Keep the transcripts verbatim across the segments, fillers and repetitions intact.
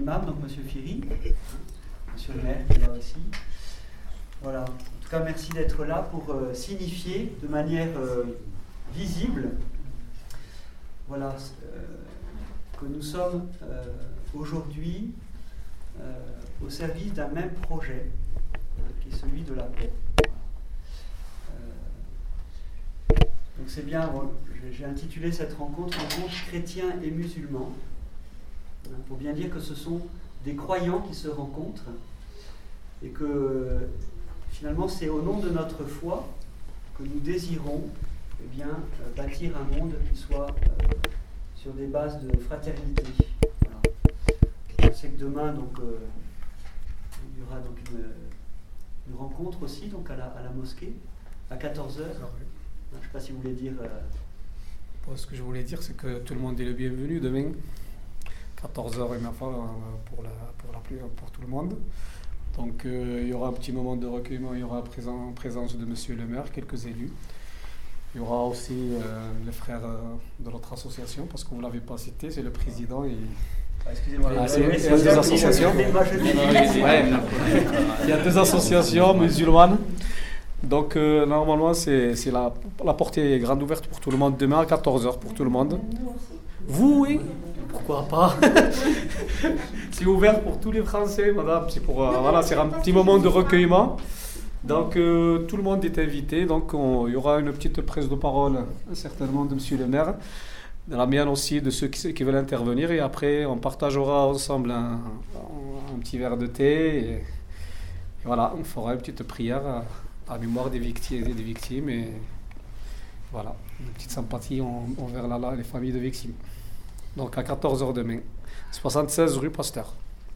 l'imam, donc Monsieur Firi, Monsieur le maire qui est là aussi. Voilà. En tout cas, merci d'être là pour euh, signifier de manière euh, visible, voilà, euh, que nous sommes euh, aujourd'hui euh, au service d'un même projet, euh, qui est celui de la paix. Euh, donc c'est bien, bon, j'ai intitulé cette rencontre rencontre chrétiens et musulmans, hein, pour bien dire que ce sont des croyants qui se rencontrent et que finalement c'est au nom de notre foi que nous désirons eh bien, euh, bâtir un monde qui soit euh, sur des bases de fraternité. Voilà. Je sais que demain donc, euh, il y aura donc une, une rencontre aussi donc à, la, à la mosquée à quatorze heures. Je ne sais pas si vous voulez dire... Euh... Bon, ce que je voulais dire, c'est que tout le monde est le bienvenu demain. quatorze heures et ma foi pour, la, pour, la, pour tout le monde. Donc euh, il y aura un petit moment de recueillement, il y aura présent, présence de Monsieur le maire, quelques élus. Il y aura aussi euh, les frères euh, de notre association, parce que vous ne l'avez pas cité, c'est le président et... Ah, excusez-moi, ah, c'est, il y a deux associations. Il y a deux associations musulmanes. Donc euh, normalement c'est, c'est la, la porte est grande ouverte pour tout le monde demain à quatorze heures pour tout le monde. Vous, oui, pourquoi pas. C'est ouvert pour tous les Français, madame. C'est, pour, euh, voilà, c'est un petit moment de recueillement. Donc euh, tout le monde est invité. Donc on, il y aura une petite prise de parole certainement de Monsieur le maire, de la mienne aussi, de ceux qui, qui veulent intervenir. Et après on partagera ensemble un, un petit verre de thé. Et, et voilà, on fera une petite prière à, à mémoire des victimes, des victimes et voilà, une petite sympathie en, envers la, la, les familles de victimes. Donc à quatorze heures demain, soixante-seize rue Pasteur.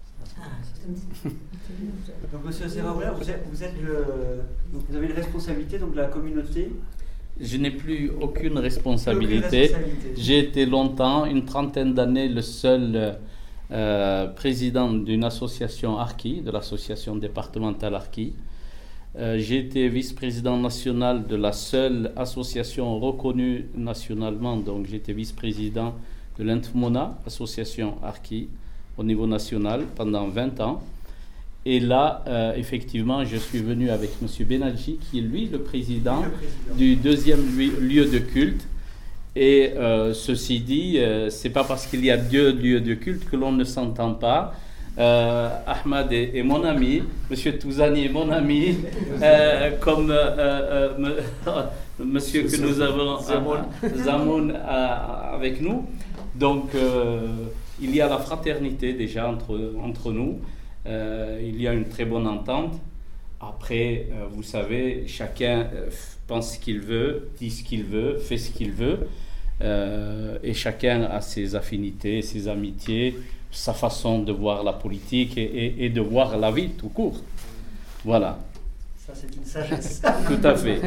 Donc Monsieur Serraoula, vous êtes, vous êtes le, donc vous avez une responsabilité donc de la communauté. Je n'ai plus aucune responsabilité. Aucune responsabilité. J'ai été longtemps, une trentaine d'années, le seul euh, président d'une association Arki, de l'association départementale Arki. Euh, j'ai été vice-président national de la seule association reconnue nationalement, donc j'étais vice-président de l'Intmona, association Arki, au niveau national, pendant vingt ans. Et là, euh, effectivement, je suis venu avec M. Benadji, qui est lui le président, le président. du deuxième lieu de culte. Et euh, ceci dit, euh, c'est pas parce qu'il y a deux lieux de culte que l'on ne s'entend pas. Euh, Ahmad est, est mon ami, Monsieur Touzani est mon ami, euh, comme euh, euh, me, Monsieur que nous avons, Zamoun, euh, avec nous. Donc, euh, il y a la fraternité déjà entre, entre nous. Euh, il y a une très bonne entente. Après, euh, vous savez, chacun euh, pense ce qu'il veut, dit ce qu'il veut, fait ce qu'il veut. Euh, et chacun a ses affinités, ses amitiés, sa façon de voir la politique et, et, et de voir la vie tout court. Voilà. Ça, c'est une sagesse. Tout à fait.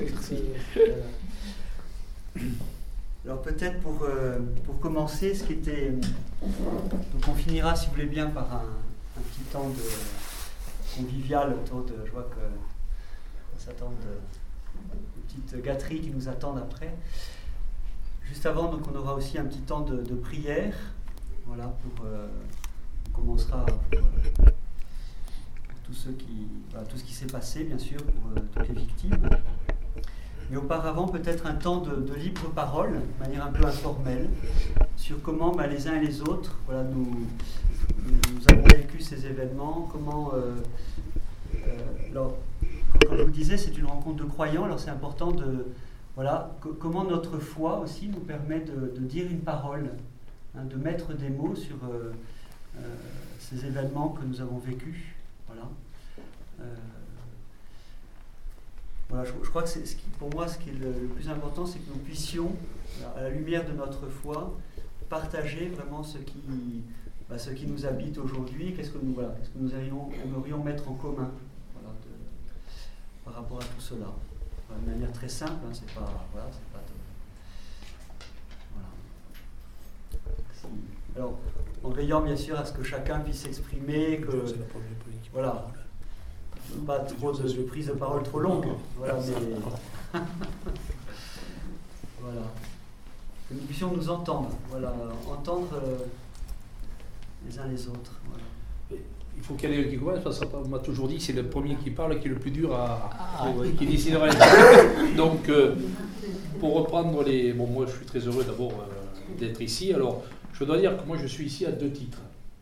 Alors peut-être pour, euh, pour commencer, ce qui était... Donc on finira, si vous voulez bien, par un, un petit temps de convivial autour de... Je vois qu'on s'attend de, de petites gâteries qui nous attendent après. Juste avant, donc, on aura aussi un petit temps de, de prière. Voilà, pour, euh, on commencera pour, euh, pour tous ceux qui, voilà, tout ce qui s'est passé, bien sûr, pour euh, toutes les victimes. Mais auparavant, peut-être un temps de, de libre parole, de manière un peu informelle, sur comment bah, les uns et les autres, voilà, nous, nous avons vécu ces événements, comment... Euh, euh, alors, comme je vous disais, c'est une rencontre de croyants, alors c'est important de... Voilà, co- comment notre foi aussi nous permet de, de dire une parole, hein, de mettre des mots sur euh, euh, ces événements que nous avons vécus. Voilà. Euh, voilà, je, je crois que c'est, ce qui, pour moi, ce qui est le, le plus important, c'est que nous puissions, à la lumière de notre foi, partager vraiment ce qui, bah, ce qui nous habite aujourd'hui, qu'est-ce que nous, voilà, qu'est-ce que nous aimerions, aimerions mettre en commun, voilà, de, par rapport à tout cela. De manière très simple, hein, c'est pas, voilà, c'est pas de, voilà. Si, alors, en veillant bien sûr à ce que chacun puisse s'exprimer, que voilà, pas trop de, de prise de parole trop longue, voilà, mais voilà, que nous puissions nous entendre, voilà, entendre, euh, les uns les autres. Voilà. Il faut qu'il y en ait un qui commence, parce qu'on m'a toujours dit que c'est le premier qui parle qui est le plus dur à... Ah, oui. qui décidera. Donc, euh, pour reprendre les... Bon, moi, je suis très heureux d'abord euh, d'être ici. Alors, je dois dire que moi, je suis ici à deux titres.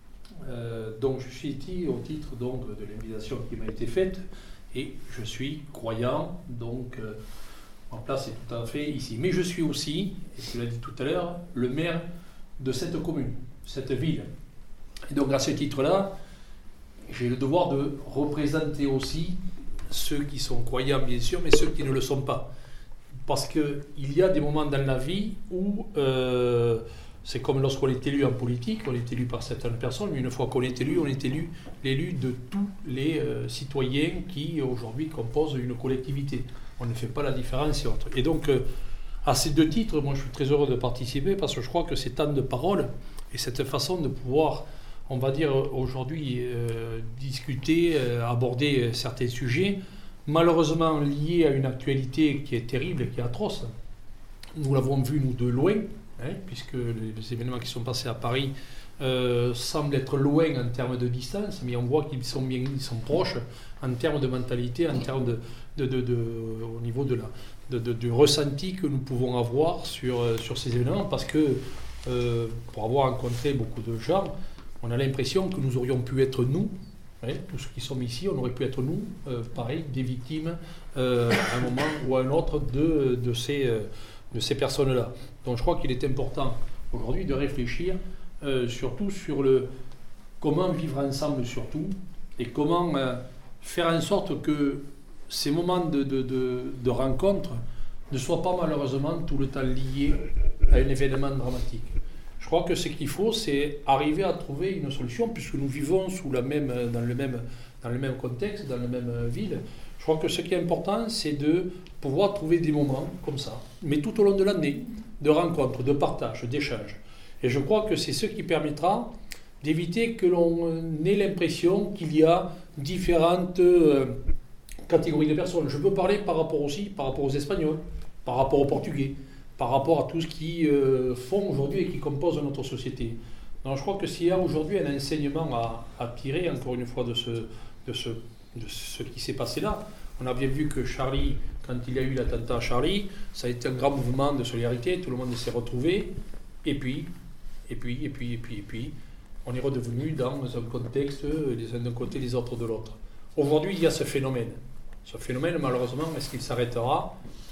Euh, donc, je suis ici au titre donc, de l'invitation qui m'a été faite, et je suis croyant, donc euh, ma place est tout à fait ici. Mais je suis aussi, et tu l'as dit tout à l'heure, le maire de cette commune, cette ville. Et donc, à ce titre-là, j'ai le devoir de représenter aussi ceux qui sont croyants, bien sûr, mais ceux qui ne le sont pas. Parce qu'il y a des moments dans la vie où, euh, c'est comme lorsqu'on est élu en politique, on est élu par certaines personnes, mais une fois qu'on est élu, on est élu l'élu de tous les euh, citoyens qui, aujourd'hui, composent une collectivité. On ne fait pas la différence et autres. Et donc, euh, à ces deux titres, moi, je suis très heureux de participer parce que je crois que ces temps de parole et cette façon de pouvoir, on va dire aujourd'hui, euh, discuter, euh, aborder certains sujets, malheureusement liés à une actualité qui est terrible et qui est atroce. Nous l'avons vu, nous, de loin, hein, puisque les, les événements qui sont passés à Paris euh, semblent être loin en termes de distance, mais on voit qu'ils sont bien, ils sont proches en termes de mentalité, en termes de, de, de, de au niveau de la, de, de, du ressenti que nous pouvons avoir sur, sur ces événements, parce que euh, pour avoir rencontré beaucoup de gens, on a l'impression que nous aurions pu être nous, hein, tous ceux qui sommes ici, on aurait pu être nous, euh, pareil, des victimes euh, à un moment ou à un autre de, de ces, euh, de ces personnes-là. Donc je crois qu'il est important aujourd'hui de réfléchir euh, surtout sur le comment vivre ensemble surtout, et comment euh, faire en sorte que ces moments de, de, de, de rencontre ne soient pas malheureusement tout le temps liés à un événement dramatique. Je crois que ce qu'il faut, c'est arriver à trouver une solution, puisque nous vivons sous la même, dans, le même, dans le même contexte, dans la même ville. Je crois que ce qui est important, c'est de pouvoir trouver des moments comme ça, mais tout au long de l'année, de rencontres, de partage, d'échanges. Et je crois que c'est ce qui permettra d'éviter que l'on ait l'impression qu'il y a différentes euh, catégories de personnes. Je peux parler par rapport aussi, par rapport aux Espagnols, par rapport aux Portugais, par rapport à tout ce qui euh, font aujourd'hui et qui composent notre société. Donc je crois que s'il y a aujourd'hui un enseignement à, à tirer, encore une fois, de ce, de, ce, de ce qui s'est passé là, on a bien vu que Charlie, quand il y a eu l'attentat à Charlie, ça a été un grand mouvement de solidarité, tout le monde s'est retrouvé, et puis, et puis, et puis, et puis, et puis, on est redevenu dans un contexte, les uns d'un côté, les autres de l'autre. Aujourd'hui, il y a ce phénomène. Ce phénomène, malheureusement, est-ce qu'il s'arrêtera ?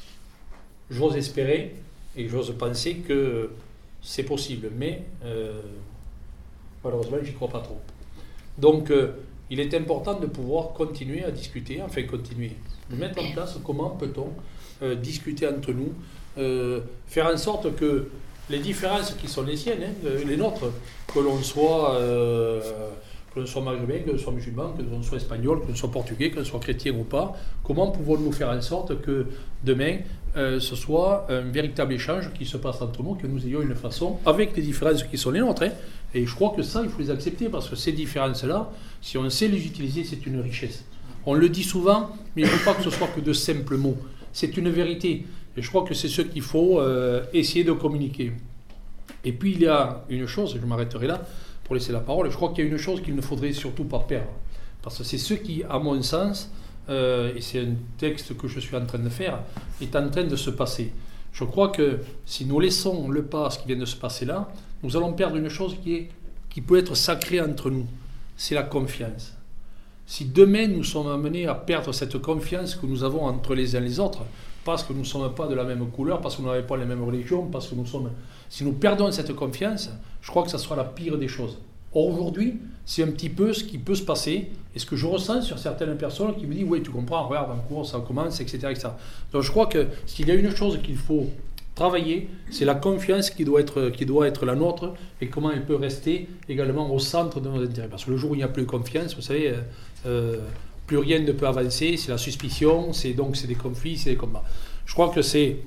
J'ose espérer, et j'ose penser que c'est possible, mais euh, malheureusement, j'y crois pas trop. Donc, euh, il est important de pouvoir continuer à discuter, enfin continuer, de mettre en place comment peut-on euh, discuter entre nous, euh, faire en sorte que les différences qui sont les siennes, hein, les nôtres, que l'on soit, euh, que l'on soit maghrébin, que l'on soit musulman, que l'on soit espagnol, que l'on soit portugais, que l'on soit chrétien ou pas, comment pouvons-nous faire en sorte que demain, Euh, ce soit un véritable échange qui se passe entre nous, que nous ayons une façon, avec les différences qui sont les nôtres, hein. Et je crois que ça, il faut les accepter, parce que ces différences-là, si on sait les utiliser, c'est une richesse. On le dit souvent, mais il ne faut pas que ce soit que de simples mots. C'est une vérité, et je crois que c'est ce qu'il faut euh, essayer de communiquer. Et puis il y a une chose, et je m'arrêterai là pour laisser la parole, je crois qu'il y a une chose qu'il ne faudrait surtout pas perdre, parce que c'est ce qui, à mon sens, Euh, et c'est un texte que je suis en train de faire, est en train de se passer. Je crois que si nous laissons le pas à ce qui vient de se passer là, nous allons perdre une chose qui, est, qui peut être sacrée entre nous, c'est la confiance. Si demain nous sommes amenés à perdre cette confiance que nous avons entre les uns et les autres, parce que nous ne sommes pas de la même couleur, parce que nous n'avons pas les mêmes religions, parce que nous sommes... Si nous perdons cette confiance, je crois que ça sera la pire des choses. Or, aujourd'hui, c'est un petit peu ce qui peut se passer, et ce que je ressens sur certaines personnes qui me disent « Oui, tu comprends, regarde, en cours, ça commence, et cetera et cetera » Donc je crois que s'il y a une chose qu'il faut travailler, c'est la confiance qui doit être, qui doit être la nôtre, et comment elle peut rester également au centre de nos intérêts. Parce que le jour où il n'y a plus de confiance, vous savez, euh, euh, plus rien ne peut avancer, c'est la suspicion, c'est donc c'est des conflits, c'est des combats. Je crois que c'est,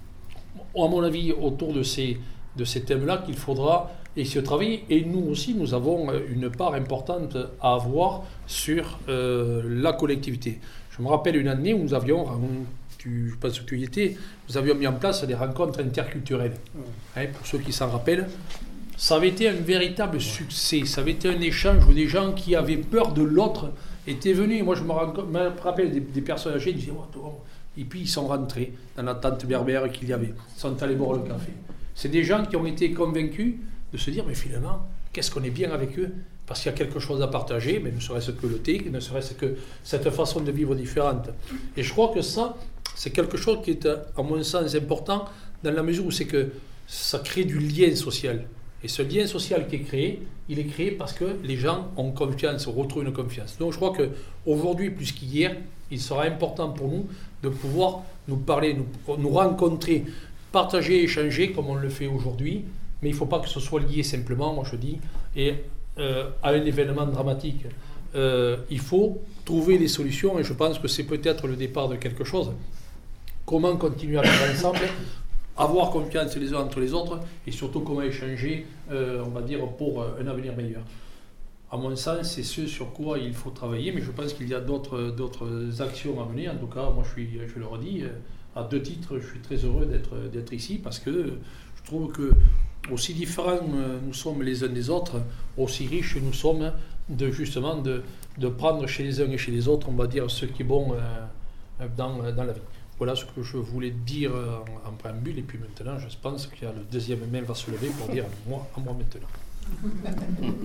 à mon avis, autour de ces, de ces thèmes-là qu'il faudra essayer de travailler. Et nous aussi, nous avons une part importante à avoir sur euh, la collectivité. Je me rappelle une année où nous avions, tu, je pense que tu y étais, nous avions mis en place des rencontres interculturelles. Mmh. Hein, pour ceux qui s'en rappellent, ça avait été un véritable succès. Ça avait été un échange où des gens qui avaient peur de l'autre étaient venus. Moi, je me, me rappelle des, des personnes âgées qui disaient oh, oh. Et puis ils sont rentrés dans la tente berbère qu'il y avait. Ils sont allés boire le café. C'est des gens qui ont été convaincus de se dire mais finalement, qu'est-ce qu'on est bien avec eux? Parce qu'il y a quelque chose à partager, mais ne serait-ce que le thé, ne serait-ce que cette façon de vivre différente. Et je crois que ça, c'est quelque chose qui est, à mon sens, important dans la mesure où c'est que ça crée du lien social. Et ce lien social qui est créé, il est créé parce que les gens ont confiance, retrouvent une confiance. Donc je crois qu'aujourd'hui, plus qu'hier, il sera important pour nous de pouvoir nous parler, nous, nous rencontrer, partager, échanger comme on le fait aujourd'hui. Mais il ne faut pas que ce soit lié simplement, moi je dis, et, euh, à un événement dramatique. Euh, il faut trouver les solutions et je pense que c'est peut-être le départ de quelque chose. Comment continuer à vivre ensemble, avoir confiance les uns entre les autres et surtout comment échanger, euh, on va dire, pour un avenir meilleur. À mon sens, c'est ce sur quoi il faut travailler, mais je pense qu'il y a d'autres, d'autres actions à mener. En tout cas, moi je, suis, je le redis, à deux titres, je suis très heureux d'être, d'être ici parce que je trouve que aussi différents nous sommes les uns des autres, aussi riches nous sommes de justement de, de prendre chez les uns et chez les autres, on va dire, ce qui est bon euh, dans, dans la vie. Voilà ce que je voulais dire en, en préambule, et puis maintenant je pense qu'il y a le deuxième main va se lever pour dire moi, à moi maintenant.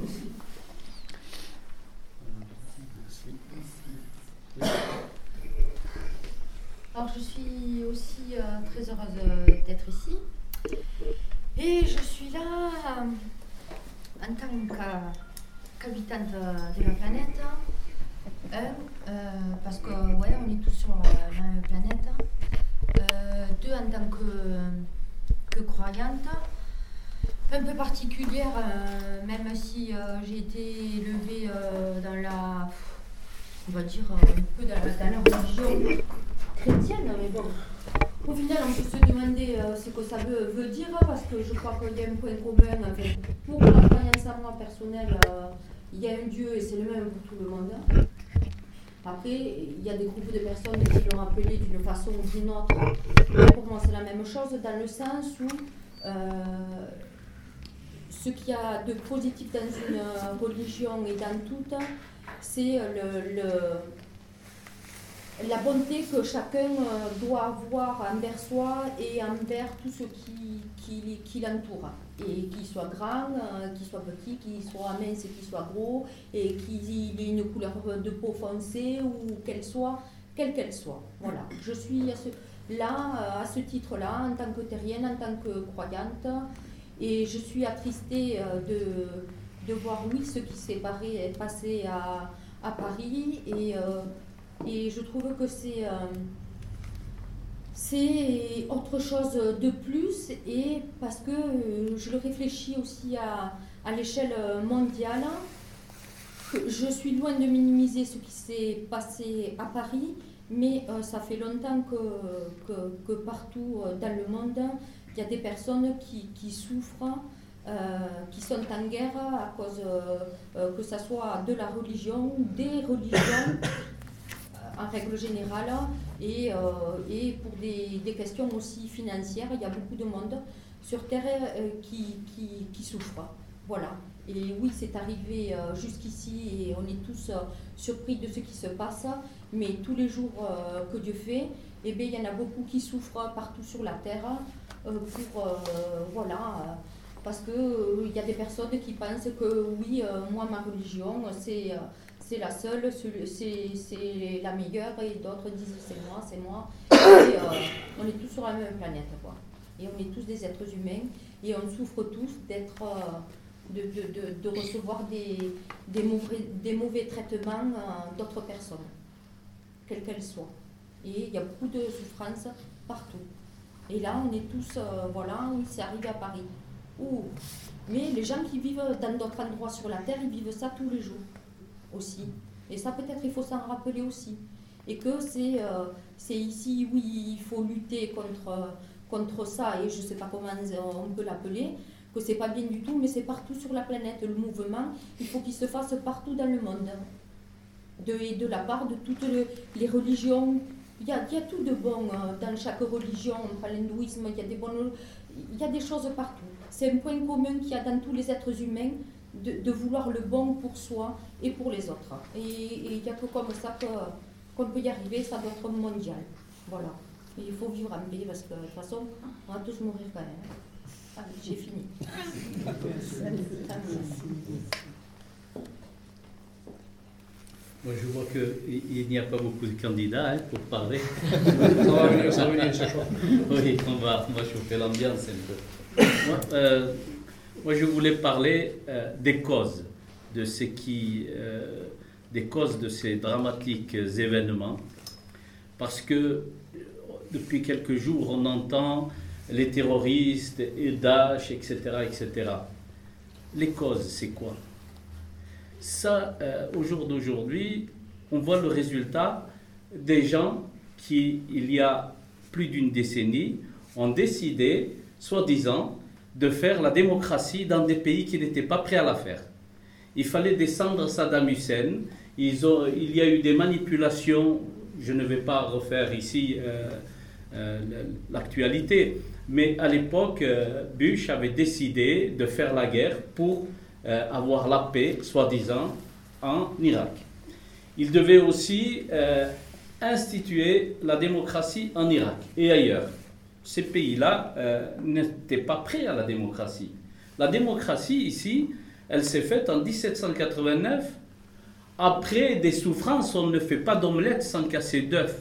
Alors je suis aussi euh, très heureuse d'être ici. Et je suis là euh, en tant qu'habitante de la planète. Un, euh, parce que ouais, on est tous sur la même planète. Euh, deux, en tant que, que croyante. Un peu particulière, euh, même si euh, j'ai été élevée euh, dans la, on va dire, un peu dans la, dans la religion chrétienne, mais bon. Au final, on peut se demander euh, ce que ça veut, veut dire, parce que je crois qu'il y a un point commun. Avec, pour la croyance à moi personnelle, euh, il y a un Dieu et c'est le même pour tout le monde. Après, il y a des groupes de personnes qui l'ont appelé d'une façon ou d'une autre. Mais pour moi, c'est la même chose, dans le sens où euh, ce qu'il y a de positif dans une religion et dans toute, c'est le... le la bonté que chacun doit avoir envers soi et envers tout ce qui, qui, qui l'entoure. Et qu'il soit grand, qu'il soit petit, qu'il soit mince, qu'il soit gros, et qu'il ait une couleur de peau foncée ou qu'elle soit, quelle qu'elle soit. Voilà. Je suis à ce, là, à ce titre-là, en tant que terrienne, en tant que croyante, et je suis attristée de, de voir, oui, ce qui s'est passé à, à Paris, et... Euh, Et je trouve que c'est, euh, c'est autre chose de plus, et parce que euh, je le réfléchis aussi à, à l'échelle mondiale. Je suis loin de minimiser ce qui s'est passé à Paris, mais euh, ça fait longtemps que, que, que partout dans le monde, il y a des personnes qui, qui souffrent, euh, qui sont en guerre à cause euh, que ce soit de la religion, des religions, en règle générale, et, euh, et pour des, des questions aussi financières, il y a beaucoup de monde sur Terre euh, qui, qui, qui souffre. Voilà. Et oui, c'est arrivé euh, jusqu'ici et on est tous euh, surpris de ce qui se passe, mais tous les jours euh, que Dieu fait, eh bien, il y en a beaucoup qui souffrent partout sur la Terre, euh, pour, euh, voilà, euh, parce qu'il euh, y a des personnes qui pensent que oui, euh, moi, ma religion, c'est... Euh, c'est la seule, c'est, c'est la meilleure, et d'autres disent c'est moi, c'est moi. Et, euh, on est tous sur la même planète, quoi. Et on est tous des êtres humains, et on souffre tous d'être, euh, de, de, de, de recevoir des, des, mauvais, des mauvais traitements euh, d'autres personnes, quelles qu'elles soient. Et il y a beaucoup de souffrance partout. Et là, on est tous, euh, voilà, oui, c'est arrivé à Paris. Ouh. Mais les gens qui vivent dans d'autres endroits sur la Terre, ils vivent ça tous les jours. Aussi. Et ça, peut-être, il faut s'en rappeler aussi. Et que c'est, euh, c'est ici, oui, il faut lutter contre, contre ça, et je ne sais pas comment on peut l'appeler, que c'est pas bien du tout, mais c'est partout sur la planète. Le mouvement, il faut qu'il se fasse partout dans le monde. De, et de la part de toutes le, les religions. Il y a, il y a tout de bon euh, dans chaque religion. On prend l'hindouisme, il y a des bonnes, il y a des choses partout. c'est un point commun qu'il y a dans tous les êtres humains, de, de vouloir le bon pour soi et pour les autres. Et il n'y a que comme ça que, qu'on peut y arriver, ça doit être mondial. Voilà. Et il faut vivre en paix parce que de toute façon, on va tous mourir quand même. Allez, j'ai fini. Moi, je vois qu'il n'y a pas beaucoup de candidats hein, pour parler. Ça va venir, ça va venir, c'est chaud. Oui, on va, on va chauffer l'ambiance un peu. Moi, euh, moi, je voulais parler euh, des causes de ce qui, euh, des causes de ces dramatiques événements, parce que depuis quelques jours, on entend les terroristes, et Daesh, et cetera, et cetera. Les causes, c'est quoi? Ça, euh, au jour d'aujourd'hui, on voit le résultat des gens qui, il y a plus d'une décennie, ont décidé, soi-disant, de faire la démocratie dans des pays qui n'étaient pas prêts à la faire. Il fallait descendre Saddam Hussein. Ils ont, il y a eu des manipulations, je ne vais pas refaire ici euh, euh, l'actualité, mais à l'époque, euh, Bush avait décidé de faire la guerre pour Euh, avoir la paix, soi-disant, en Irak. Il devait aussi euh, instituer la démocratie en Irak et ailleurs. Ces pays-là euh, n'étaient pas prêts à la démocratie. La démocratie, ici, elle s'est faite en dix-sept cent quatre-vingt-neuf. Après des souffrances, on ne fait pas d'omelette sans casser d'œufs.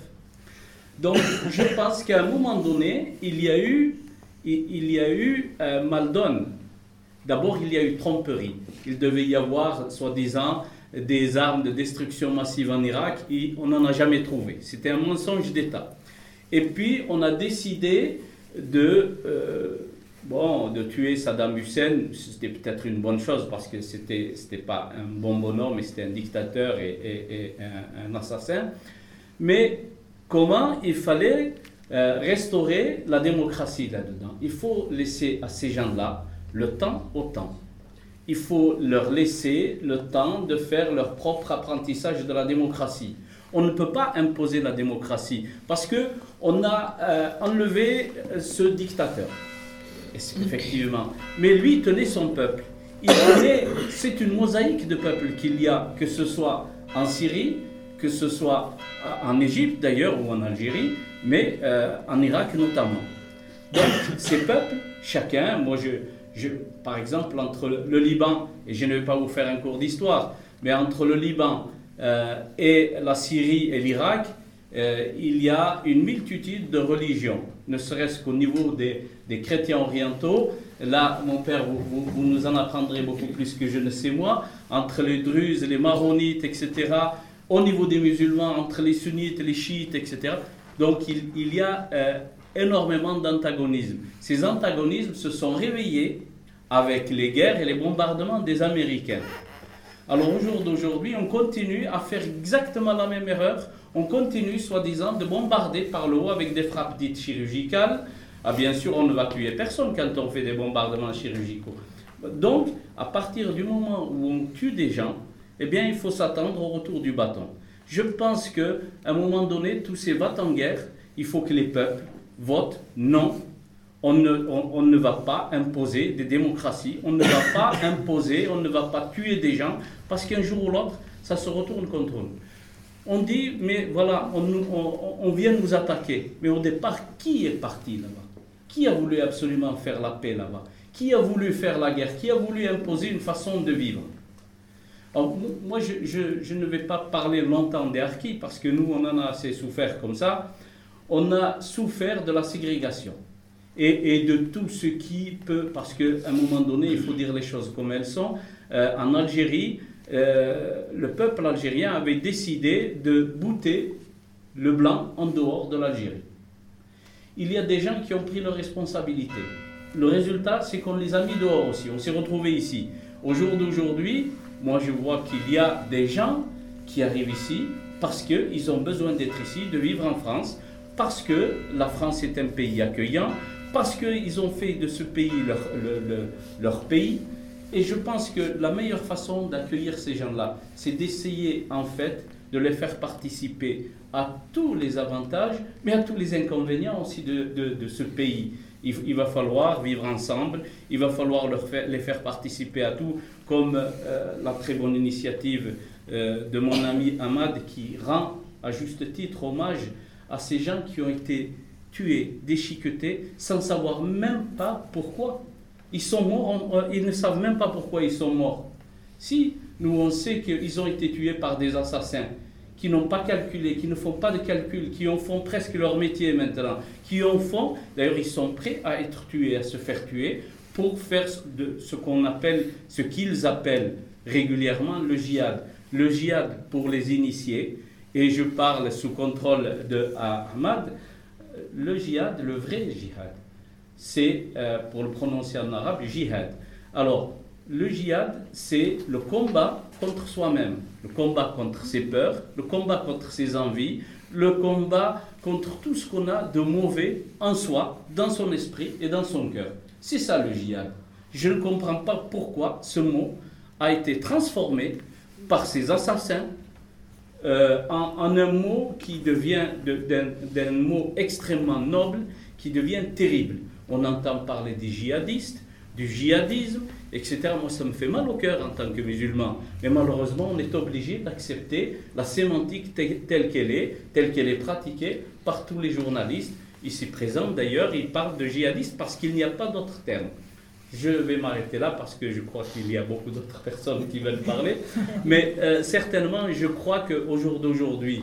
Donc, je pense qu'à un moment donné, il y a eu, il, il y a eu euh, mal donne. D'abord, il y a eu tromperie. Il devait y avoir, soi-disant, des armes de destruction massive en Irak et on n'en a jamais trouvé. C'était un mensonge d'État. Et puis, on a décidé de, euh, bon, de tuer Saddam Hussein. C'était peut-être une bonne chose parce que ce n'était c'était pas un bon bonhomme, mais c'était un dictateur et, et, et un, un assassin. Mais comment il fallait euh, restaurer la démocratie là-dedans? Il faut laisser à ces gens-là le temps au temps. Il faut leur laisser le temps de faire leur propre apprentissage de la démocratie. On ne peut pas imposer la démocratie parce qu'on a euh, enlevé ce dictateur. Et c'est, effectivement. Mais lui tenait son peuple. Il tenait, c'est une mosaïque de peuples qu'il y a, que ce soit en Syrie, que ce soit en Égypte d'ailleurs ou en Algérie, mais euh, en Irak notamment. Donc ces peuples, chacun, moi je... Je, par exemple, entre le Liban, et je ne vais pas vous faire un cours d'histoire, mais entre le Liban euh, et la Syrie et l'Irak, euh, il y a une multitude de religions, ne serait-ce qu'au niveau des, des chrétiens orientaux. Là, mon père, vous, vous, vous nous en apprendrez beaucoup plus que je ne sais moi, entre les Druzes, les Maronites, et cetera, au niveau des musulmans, entre les sunnites, les chiites, et cetera. Donc, il, il y a euh, énormément d'antagonismes. Ces antagonismes se sont réveillés avec les guerres et les bombardements des Américains. Alors au jour d'aujourd'hui, on continue à faire exactement la même erreur. On continue, soi-disant, de bombarder par le haut avec des frappes dites chirurgicales. Ah, bien sûr, on ne va tuer personne quand on fait des bombardements chirurgicaux. Donc, à partir du moment où on tue des gens, eh bien, il faut s'attendre au retour du bâton. Je pense qu'à un moment donné, tous ces va-t-en-guerre, il faut que les peuples votent non. On ne, on, on ne va pas imposer des démocraties, on ne va pas imposer, on ne va pas tuer des gens, parce qu'un jour ou l'autre, ça se retourne contre nous. On dit, mais voilà, on, on, on vient nous attaquer. Mais au départ, qui est parti là-bas? Qui a voulu absolument faire la paix là-bas? Qui a voulu faire la guerre? Qui a voulu imposer une façon de vivre? Alors, moi, je, je, je ne vais pas parler longtemps des harkis, parce que nous, on en a assez souffert comme ça. On a souffert de la ségrégation. Et, et de tout ce qui peut, parce qu'à un moment donné, il faut dire les choses comme elles sont. Euh, en Algérie, euh, le peuple algérien avait décidé de bouter le blanc en dehors de l'Algérie. Il y a des gens qui ont pris leurs responsabilités. Le résultat, c'est qu'on les a mis dehors aussi. On s'est retrouvés ici. Au jour d'aujourd'hui, moi je vois qu'il y a des gens qui arrivent ici parce qu'ils ont besoin d'être ici, de vivre en France, parce que la France est un pays accueillant, parce qu'ils ont fait de ce pays leur, le, le, leur pays. Et je pense que la meilleure façon d'accueillir ces gens-là, c'est d'essayer en fait de les faire participer à tous les avantages, mais à tous les inconvénients aussi de, de, de ce pays. Il, il va falloir vivre ensemble, il va falloir leur faire, les faire participer à tout, comme euh, la très bonne initiative euh, de mon ami Ahmad qui rend à juste titre hommage à ces gens qui ont été tués, déchiquetés, sans savoir même pas pourquoi. Ils sont morts, on, ils ne savent même pas pourquoi ils sont morts. Si nous on sait qu'ils ont été tués par des assassins, qui n'ont pas calculé, qui ne font pas de calcul, qui en font presque leur métier maintenant, qui en font, d'ailleurs ils sont prêts à être tués, à se faire tuer, pour faire de ce qu'on appelle, ce qu'ils appellent régulièrement le djihad. Le djihad pour les initiés, et je parle sous contrôle de Ahmad, le djihad, le vrai djihad, c'est, euh, pour le prononcer en arabe, jihad. Alors, le djihad, c'est le combat contre soi-même, le combat contre ses peurs, le combat contre ses envies, le combat contre tout ce qu'on a de mauvais en soi, dans son esprit et dans son cœur. C'est ça le djihad. Je ne comprends pas pourquoi ce mot a été transformé par ces assassins euh, en, en un mot qui devient de, d'un, d'un mot extrêmement noble, qui devient terrible. On entend parler des djihadistes, du djihadisme, et cetera. Moi, ça me fait mal au cœur en tant que musulman. Mais malheureusement, on est obligé d'accepter la sémantique telle qu'elle est, telle qu'elle est pratiquée par tous les journalistes. Ici présents, d'ailleurs, ils parlent de djihadistes parce qu'il n'y a pas d'autre terme. Je vais m'arrêter là parce que je crois qu'il y a beaucoup d'autres personnes qui veulent parler. Mais euh, certainement, je crois qu'au jour d'aujourd'hui,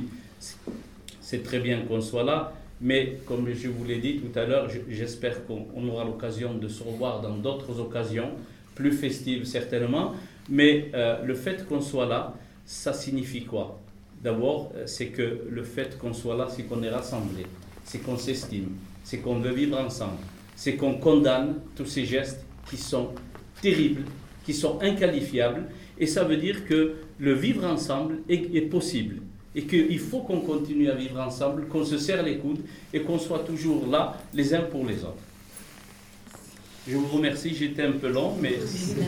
c'est très bien qu'on soit là. Mais comme je vous l'ai dit tout à l'heure, j'espère qu'on aura l'occasion de se revoir dans d'autres occasions, plus festives certainement. Mais euh, le fait qu'on soit là, ça signifie quoi? D'abord, c'est que le fait qu'on soit là, c'est qu'on est rassemblés, c'est qu'on s'estime, c'est qu'on veut vivre ensemble, c'est qu'on condamne tous ces gestes qui sont terribles, qui sont inqualifiables. Et ça veut dire que le vivre ensemble est, est possible. Et qu'il faut qu'on continue à vivre ensemble, qu'on se serre les coudes et qu'on soit toujours là, les uns pour les autres. Je vous remercie, j'étais un peu long, mais...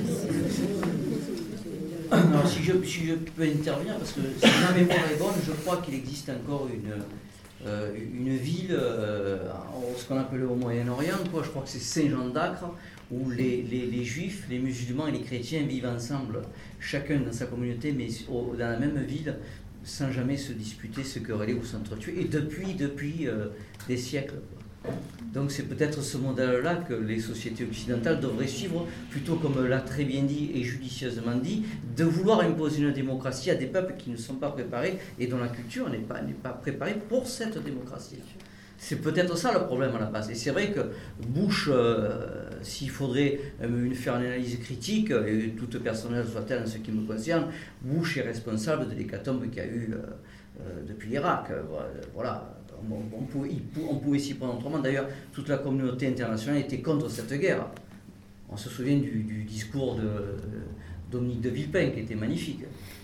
Alors, si je, si je peux intervenir, parce que si ma mémoire est bonne, je crois qu'il existe encore une, euh, une ville, euh, ce qu'on appelle au Moyen-Orient, quoi. Je crois que c'est Saint-Jean d'Acre, où les, les, les juifs, les musulmans et les chrétiens vivent ensemble, chacun dans sa communauté, mais au, dans la même ville, sans jamais se disputer, se quereller ou s'entretuer, et depuis, depuis euh, des siècles. Donc c'est peut-être ce modèle-là que les sociétés occidentales devraient suivre, plutôt comme l'a très bien dit et judicieusement dit, de vouloir imposer une démocratie à des peuples qui ne sont pas préparés et dont la culture n'est pas, n'est pas préparée pour cette démocratie. C'est peut-être ça le problème à la base. Et c'est vrai que Bush, euh, s'il faudrait euh, faire une analyse critique, et toute personnelle soit-elle en ce qui me concerne, Bush est responsable de l'hécatombe qu'il y a eu euh, euh, depuis l'Irak. Euh, voilà, on, on, pouvait, on pouvait s'y prendre autrement. D'ailleurs, toute la communauté internationale était contre cette guerre. On se souvient du, du discours de euh, Dominique de Villepin, qui était magnifique.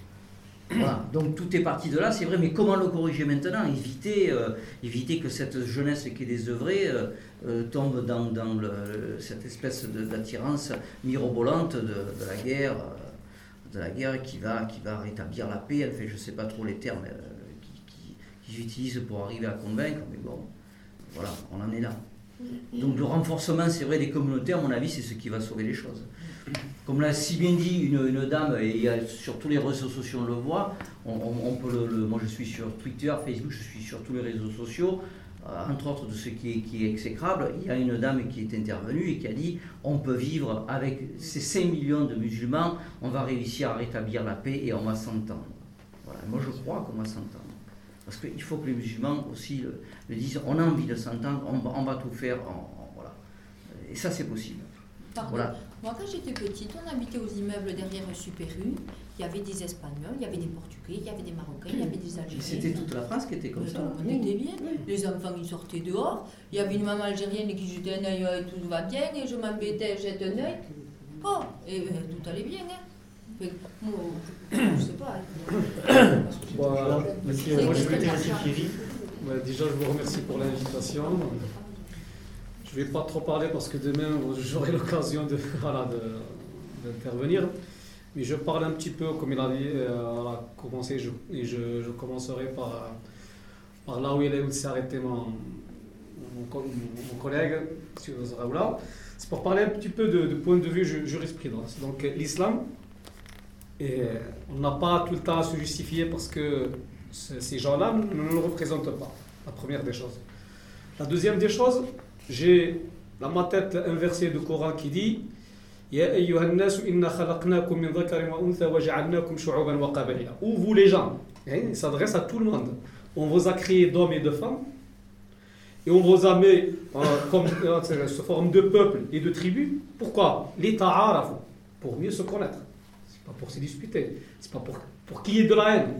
Voilà. Donc tout est parti de là, c'est vrai, mais comment le corriger maintenant? Éviter, euh, éviter que cette jeunesse qui est désœuvrée euh, euh, tombe dans, dans le, cette espèce de, d'attirance mirobolante de, de la guerre, euh, de la guerre qui va, qui va rétablir la paix. Enfin, je ne sais pas trop les termes euh, qui, qui, qu'ils utilisent pour arriver à convaincre, mais bon, voilà, on en est là. Donc le renforcement, c'est vrai, des communautés, à mon avis, c'est ce qui va sauver les choses. Comme l'a si bien dit une, une dame, et sur tous les réseaux sociaux on le voit, on, on, on peut le, le, moi je suis sur Twitter, Facebook, je suis sur tous les réseaux sociaux, euh, entre autres de ce qui est, qui est exécrable. Il y a une dame qui est intervenue et qui a dit on peut vivre avec ces cinq millions de musulmans, on va réussir à rétablir la paix et on va s'entendre. Voilà. Moi je crois qu'on va s'entendre. Parce qu'il faut que les musulmans aussi le, le disent, on a envie de s'entendre, on, on va tout faire, on, on, voilà. Et ça c'est possible. Pardon. Voilà. Moi, quand j'étais petite, on habitait aux immeubles derrière Super U. Il y avait des Espagnols, il y avait des Portugais, il y avait des Marocains, il y avait des Algériens. C'était toute la France qui était comme ça. Tout le monde était bien. Oui. Les enfants, ils sortaient dehors. Il y avait une maman algérienne qui jetait un œil, euh, tout va bien, et je m'embêtais, jette un œil. Oh, et euh, tout allait bien. Hein. Mais, moi, je ne sais pas. Bon, monsieur, moi, je voulais remercier Thierry. Ouais, déjà, je vous remercie pour l'invitation. Je ne vais pas trop parler parce que demain, j'aurai l'occasion de, voilà, de, d'intervenir. Mais je parle un petit peu, comme il a dit, euh, a commencé, je, et je, je commencerai par, par là où il, est, où il s'est arrêté mon, mon, mon collègue, M. Zraoula, c'est pour parler un petit peu de, de point de vue jurisprudence. Donc l'islam, et on n'a pas tout le temps à se justifier parce que ces gens-là ne le représentent pas, la première des choses. La deuxième des choses, j'ai dans ma tête inversée du Coran qui dit Ya ayyuhan nas inna khalaqnakum min dhakarin wa untha wa ja'alnakum shu'uban wa qaba'ila. Ou vous les gens, il s'adresse à tout le monde. On vous a créé d'hommes et de femmes et on vous a mis euh, comme euh, sous forme de peuple et de tribus. Pourquoi? Les ta'arafu, pour mieux se connaître. C'est pas pour se disputer, c'est pas pour, pour qu'il y ait de la haine.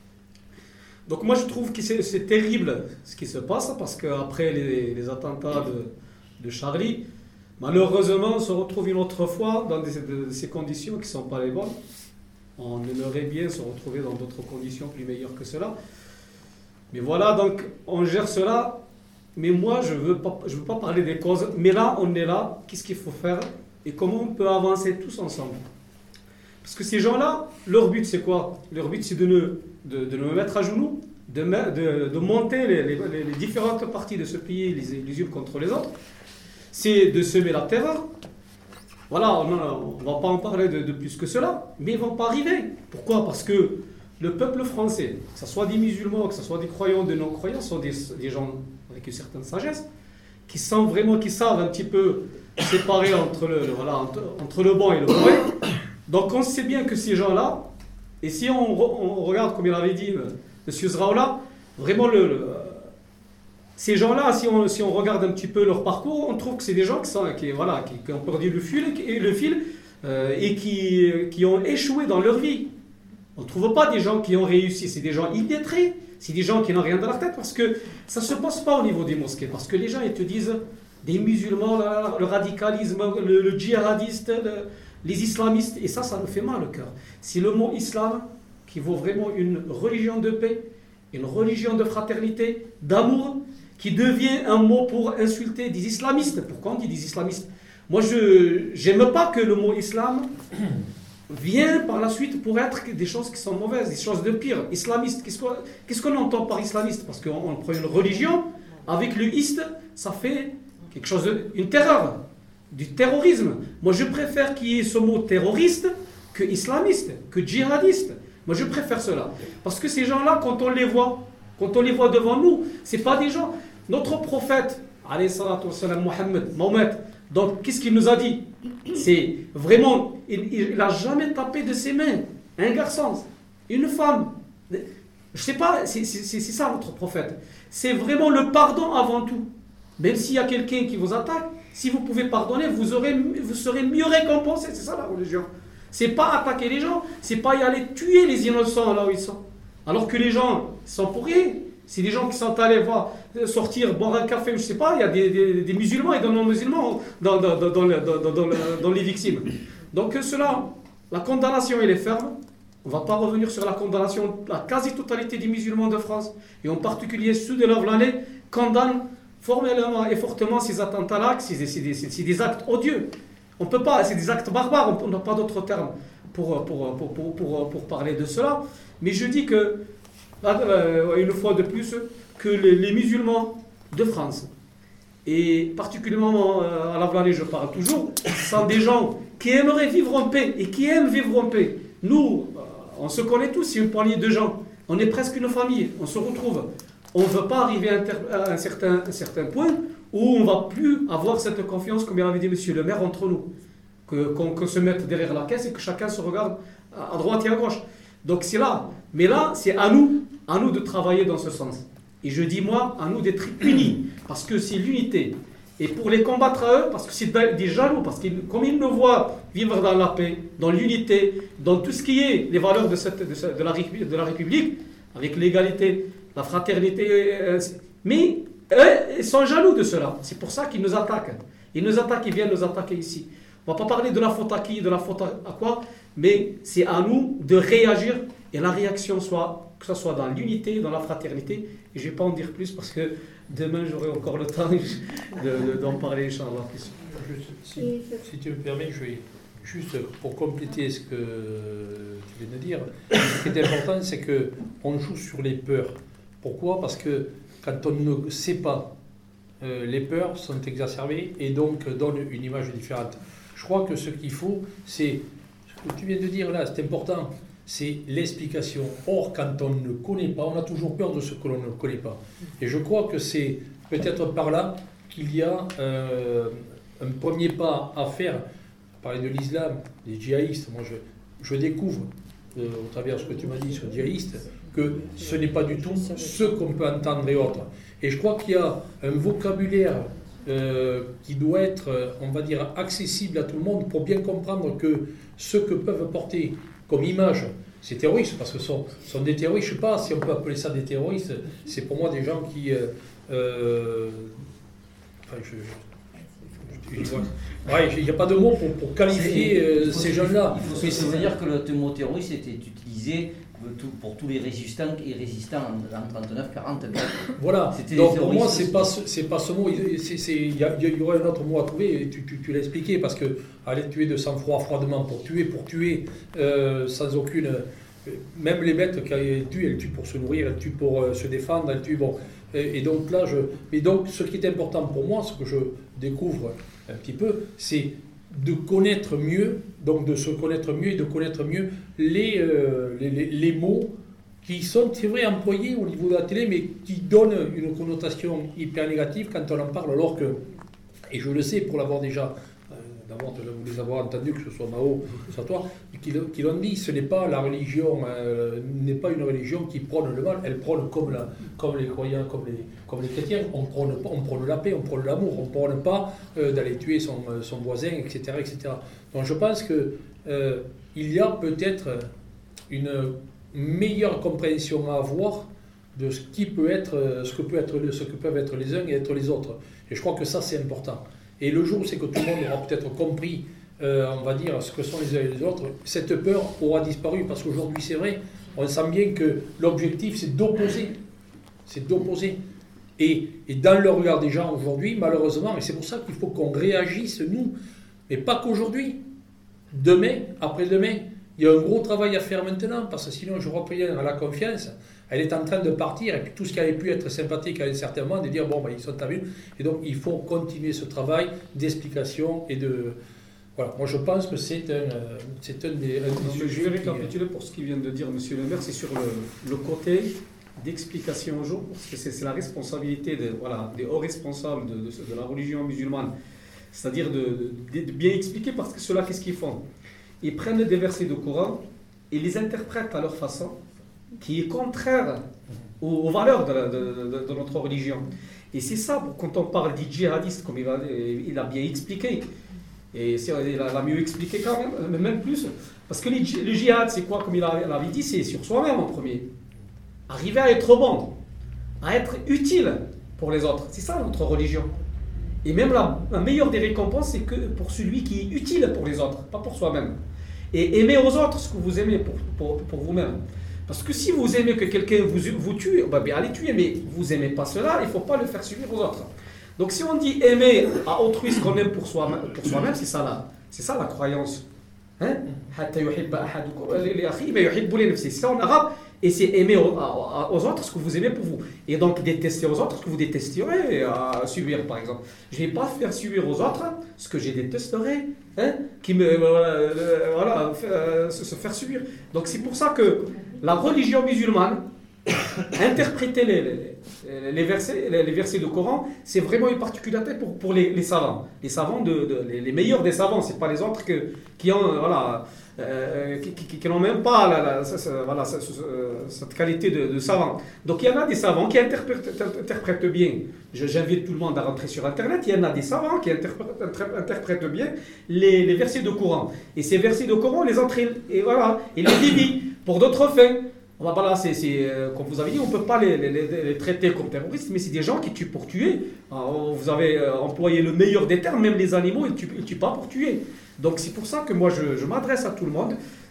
Donc moi je trouve que c'est, c'est terrible ce qui se passe parce qu'après les, les attentats de, de Charlie, malheureusement on se retrouve une autre fois dans des, de, de ces conditions qui ne sont pas les bonnes. On aimerait bien se retrouver dans d'autres conditions plus meilleures que cela. Mais voilà, donc on gère cela. Mais moi je ne veux pas, je veux pas parler des causes. Mais là on est là, qu'est-ce qu'il faut faire et comment on peut avancer tous ensemble? Parce que ces gens-là, leur but c'est quoi? Leur but c'est de nous, de, de nous mettre à genoux, de, de, de monter les, les, les différentes parties de ce pays les, les unes contre les autres. C'est de semer la terreur. Voilà, on ne va pas en parler de, de plus que cela, mais ils ne vont pas arriver. Pourquoi? Parce que le peuple français, que ce soit des musulmans, que ce soit des croyants, des non-croyants, sont des, des gens avec une certaine sagesse, qui savent vraiment, qui savent un petit peu séparer entre le, le, voilà, entre, entre le bon et le mauvais. Donc on sait bien que ces gens-là, et si on, re, on regarde, comme il avait dit M. Zraoula, vraiment le, le, ces gens-là, si on, si on regarde un petit peu leur parcours, on trouve que c'est des gens qui, sont, qui, voilà, qui, qui ont perdu le fil, et, le fil euh, et qui, qui ont échoué dans leur vie. On ne trouve pas des gens qui ont réussi, c'est des gens illettrés, c'est des gens qui n'ont rien dans leur tête, parce que ça ne se passe pas au niveau des mosquées, parce que les gens ils te disent, des musulmans, le radicalisme, le, le djihadiste, le, les islamistes, et ça, ça me fait mal au cœur. C'est le mot islam qui vaut vraiment une religion de paix, une religion de fraternité, d'amour, qui devient un mot pour insulter des islamistes. Pourquoi on dit des islamistes? Moi, je n'aime pas que le mot islam vient par la suite pour être des choses qui sont mauvaises, des choses de pire. Islamiste, qu'est-ce qu'on, qu'est-ce qu'on entend par islamiste? Parce qu'on on prend une religion, avec le iste, ça fait quelque chose de, une terreur, du terrorisme. Moi, je préfère qu'il y ait ce mot terroriste que islamiste, que djihadiste. Moi, je préfère cela. Parce que ces gens-là, quand on les voit, quand on les voit devant nous, ce n'est pas des gens. Notre prophète, alayhi salatu wa salam, Mohammed, Mohamed, donc qu'est-ce qu'il nous a dit? C'est vraiment, il n'a jamais tapé de ses mains un garçon, une femme. Je ne sais pas, c'est, c'est, c'est ça notre prophète. C'est vraiment le pardon avant tout. Même s'il y a quelqu'un qui vous attaque, si vous pouvez pardonner, vous, aurez, vous serez mieux récompensé. C'est ça la religion. C'est pas attaquer les gens, c'est pas y aller tuer les innocents là où ils sont. Alors que les gens sont pour rien. C'est des gens qui sont allés voir, sortir, boire un café, je ne sais pas, il y a des, des, des musulmans et des non-musulmans dans, dans, dans, dans, dans, dans, dans les victimes. Donc cela, la condamnation elle est ferme. On ne va pas revenir sur la condamnation. La quasi-totalité des musulmans de France, et en particulier ceux de l'Avlanais, condamnent formellement et fortement ces attentats-là, c'est des, c'est des, c'est des actes odieux. On peut pas, c'est des actes barbares, on n'a pas d'autres termes pour, pour, pour, pour, pour, pour parler de cela. Mais je dis que, une fois de plus, que les, les musulmans de France, et particulièrement à l'Avlanais, je parle toujours, sont des gens qui aimeraient vivre en paix et qui aiment vivre en paix. Nous, on se connaît tous, c'est une poignée de gens. On est presque une famille, on se retrouve. On ne veut pas arriver à un, certain, un certain point où on ne va plus avoir cette confiance, comme avait dit monsieur le maire, entre nous. Que, qu'on, qu'on se mette derrière la caisse et que chacun se regarde à droite et à gauche. Donc c'est là. Mais là, c'est à nous, à nous de travailler dans ce sens. Et je dis moi, à nous d'être unis. Parce que c'est l'unité. Et pour les combattre à eux, parce que c'est des jaloux, parce que comme ils nous voient vivre dans la paix, dans l'unité, dans tout ce qui est les valeurs de, cette, de, cette, de, la, de la République, avec l'égalité, la fraternité, euh, mais eux, ils sont jaloux de cela. C'est pour ça qu'ils nous attaquent. Ils nous attaquent, ils viennent nous attaquer ici. On ne va pas parler de la faute à qui, de la faute à quoi, mais c'est à nous de réagir et la réaction soit, que ce soit dans l'unité, dans la fraternité. Et je ne vais pas en dire plus parce que demain j'aurai encore le temps de, de, d'en parler, Inch'Allah. Si, si tu me permets, je vais juste pour compléter ce que tu viens de dire. Ce qui est important, c'est qu'on joue sur les peurs. Pourquoi? Parce que quand on ne sait pas euh, les peurs sont exacerbées et donc euh, donnent une image différente. Je crois que ce qu'il faut, c'est, ce que tu viens de dire là, c'est important, c'est l'explication. Or, quand on ne connaît pas, on a toujours peur de ce que l'on ne connaît pas. Et je crois que c'est peut-être par là qu'il y a euh, un premier pas à faire. Parler de l'islam, des djihadistes, moi je, je découvre, euh, au travers de ce que tu m'as dit sur les djihadistes, que ce n'est pas du tout ce qu'on peut entendre et autres. Et je crois qu'il y a un vocabulaire euh, qui doit être, on va dire, accessible à tout le monde pour bien comprendre que ce que peuvent porter comme image ces terroristes, parce que ce sont, sont des terroristes, je ne sais pas si on peut appeler ça des terroristes, c'est pour moi des gens qui... Euh, euh, enfin, je, je, je, ouais, il n'y a pas de mots pour, pour qualifier euh, ces gens-là. Il faut se souvenir que le mot terroriste était utilisé pour tous les résistants et résistants en trente-neuf quarante-quatre. Voilà, donc pour moi, c'est pas, c'est pas ce mot, il y, y aurait un autre mot à trouver, et tu, tu, tu l'as expliqué, parce que aller tuer de sang-froid, froidement, pour tuer, pour tuer, euh, sans aucune... Même les bêtes, quand elles tuent, elles tuent pour se nourrir, elles tuent pour euh, se défendre, elles tuent... Bon, et, et donc là, je... Mais donc, ce qui est important pour moi, ce que je découvre un petit peu, c'est de connaître mieux, donc de se connaître mieux et de connaître mieux les, euh, les, les, les mots qui sont, c'est vrai, employés au niveau de la télé, mais qui donnent une connotation hyper négative quand on en parle, alors que, et je le sais pour l'avoir déjà, euh, d'abord de les avoir entendus, que ce soit Mao, que ce soit toi, qui, qui l'ont dit, ce n'est pas la religion, euh, n'est pas une religion qui prône le mal, elle prône comme, la, comme les croyants, comme les, comme les chrétiens, on prône, on prône la paix, on prône l'amour, on ne prône pas euh, d'aller tuer son, son voisin, et cetera, et cetera. Donc je pense qu'il euh, y a peut-être une meilleure compréhension à avoir de ce qui peut être, ce que peut être, ce que peuvent être les uns et être les autres. Et je crois que ça, c'est important. Et le jour où c'est que tout le monde aura peut-être compris, euh, on va dire, ce que sont les uns et les autres, cette peur aura disparu. Parce qu'aujourd'hui, c'est vrai, on sent bien que l'objectif, c'est d'opposer. C'est d'opposer. Et, et dans le regard des gens aujourd'hui, malheureusement, et c'est pour ça qu'il faut qu'on réagisse, nous, mais pas qu'aujourd'hui. Demain, après-demain, il y a un gros travail à faire maintenant, parce que sinon, je reviens à la confiance. Elle est en train de partir, et puis tout ce qui avait pu être sympathique à un certain moment, de dire, bon, ben, ils sont à vue. Et donc, il faut continuer ce travail d'explication et de... Voilà, moi je pense que c'est un, c'est un des... Un des je vais récapituler pour ce qu'il vient de dire M. le maire, c'est sur le, le côté d'explication aux gens, parce que c'est, c'est la responsabilité de, voilà, des hauts responsables de, de, de la religion musulmane, c'est-à-dire de, de, de bien expliquer, parce que ceux-là, qu'est-ce qu'ils font? Ils prennent des versets du Coran et les interprètent à leur façon, qui est contraire aux, aux valeurs de, la, de, de, de notre religion. Et c'est ça, quand on parle des djihadistes, comme il a, il a bien expliqué, et c'est, il a mieux expliqué quand même, même plus, parce que les, le djihad, c'est quoi, comme il avait dit, c'est sur soi-même en premier. Arriver à être bon, à être utile pour les autres. C'est ça notre religion. Et même la, la meilleure des récompenses, c'est que pour celui qui est utile pour les autres, pas pour soi-même. Et aimer aux autres ce que vous aimez pour, pour, pour vous-même. Parce que si vous aimez que quelqu'un vous, vous tue, bah, bien allez tuer, mais vous n'aimez pas cela, il ne faut pas le faire subir aux autres. Donc si on dit aimer à autrui ce qu'on aime pour soi-même, pour soi-même, c'est ça là. C'est ça la croyance. Hein? C'est ça en arabe. Et c'est aimer aux, aux autres ce que vous aimez pour vous. Et donc détester aux autres ce que vous détesterez à subir, par exemple. Je ne vais pas faire subir aux autres ce que je détesterais, hein, qui me, euh, voilà, euh, se, se faire subir. Donc c'est pour ça que la religion musulmane, interpréter les, les, les, versets, les, les versets du Coran, c'est vraiment une particularité pour, pour les, les savants. Les savants, de, de, les, les meilleurs des savants, ce n'est pas les autres que, qui ont... Voilà, Euh, qui, qui, qui n'ont même pas la, la, ça, ça, voilà, ça, ça, cette qualité de, de savant. Donc il y en a des savants qui interprètent, interprètent bien. Je, j'invite tout le monde à rentrer sur Internet. Il y en a des savants qui interprètent, interprètent bien les, les versets de Coran. Et ces versets de Coran, on les entraîne et voilà, et les dévient pour d'autres fins. Voilà, c'est, c'est, comme vous avez dit, on ne peut pas les, les, les traiter comme terroristes, mais c'est des gens qui tuent pour tuer. Alors, vous avez employé le meilleur des termes, même les animaux, ils ne tuent, ils tuent pas pour tuer. Donc c'est pour ça que moi je, je m'adresse à tout le monde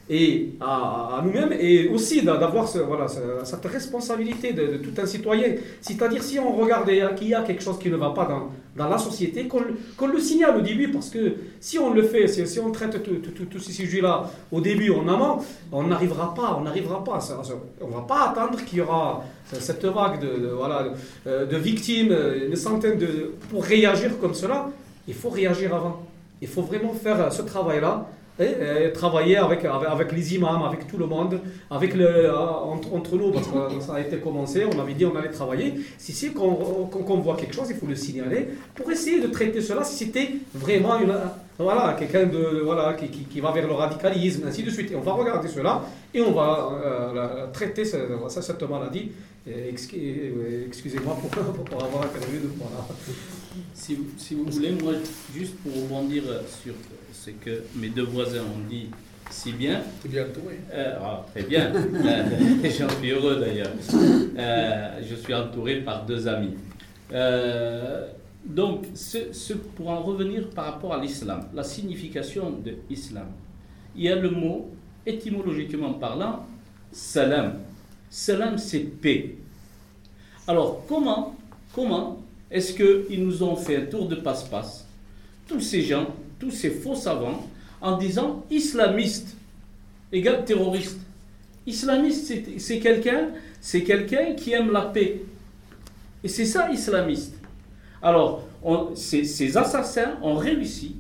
et à, à nous-mêmes, et aussi d'avoir ce, voilà, cette responsabilité de, de tout un citoyen. C'est-à-dire, si on regarde qu'il y a quelque chose qui ne va pas dans, dans la société, qu'on qu'on le signale au début, parce que si on le fait, si, si on traite tous ces sujets-là au début, en amont, on n'arrivera pas, on n'arrivera pas. On ne va pas attendre qu'il y aura cette vague de, de, voilà, de, de victimes, une centaine de... Pour réagir comme cela, il faut réagir avant. Il faut vraiment faire ce travail-là. Et, et travailler avec, avec, avec les imams, avec tout le monde, avec le, entre, entre nous, parce que ça a été commencé, on avait dit on allait travailler. Si c'est qu'on qu'on voit quelque chose, il faut le signaler pour essayer de traiter cela si c'était vraiment une, voilà, quelqu'un de, voilà, qui, qui, qui va vers le radicalisme, ainsi de suite. Et on va regarder cela et on va euh, traiter cette, cette maladie. Excusez-moi pour, pour avoir intervenu de moi là. Si, si vous voulez, moi, juste pour rebondir sur ce que mes deux voisins ont dit si bien. C'est bien entouré. Euh, ah, très bien. euh, J'en suis heureux d'ailleurs. Euh, je suis entouré par deux amis. Euh, donc, ce, ce, pour en revenir par rapport à l'islam, la signification de l'islam, il y a le mot, étymologiquement parlant, salam. Salam, c'est paix. Alors, comment, comment est-ce qu'ils nous ont fait un tour de passe-passe, tous ces gens, tous ces faux savants, en disant islamiste égale terroriste. Islamiste, c'est quelqu'un, c'est quelqu'un qui aime la paix. Et c'est ça, islamiste. Alors, on, ces, ces assassins ont réussi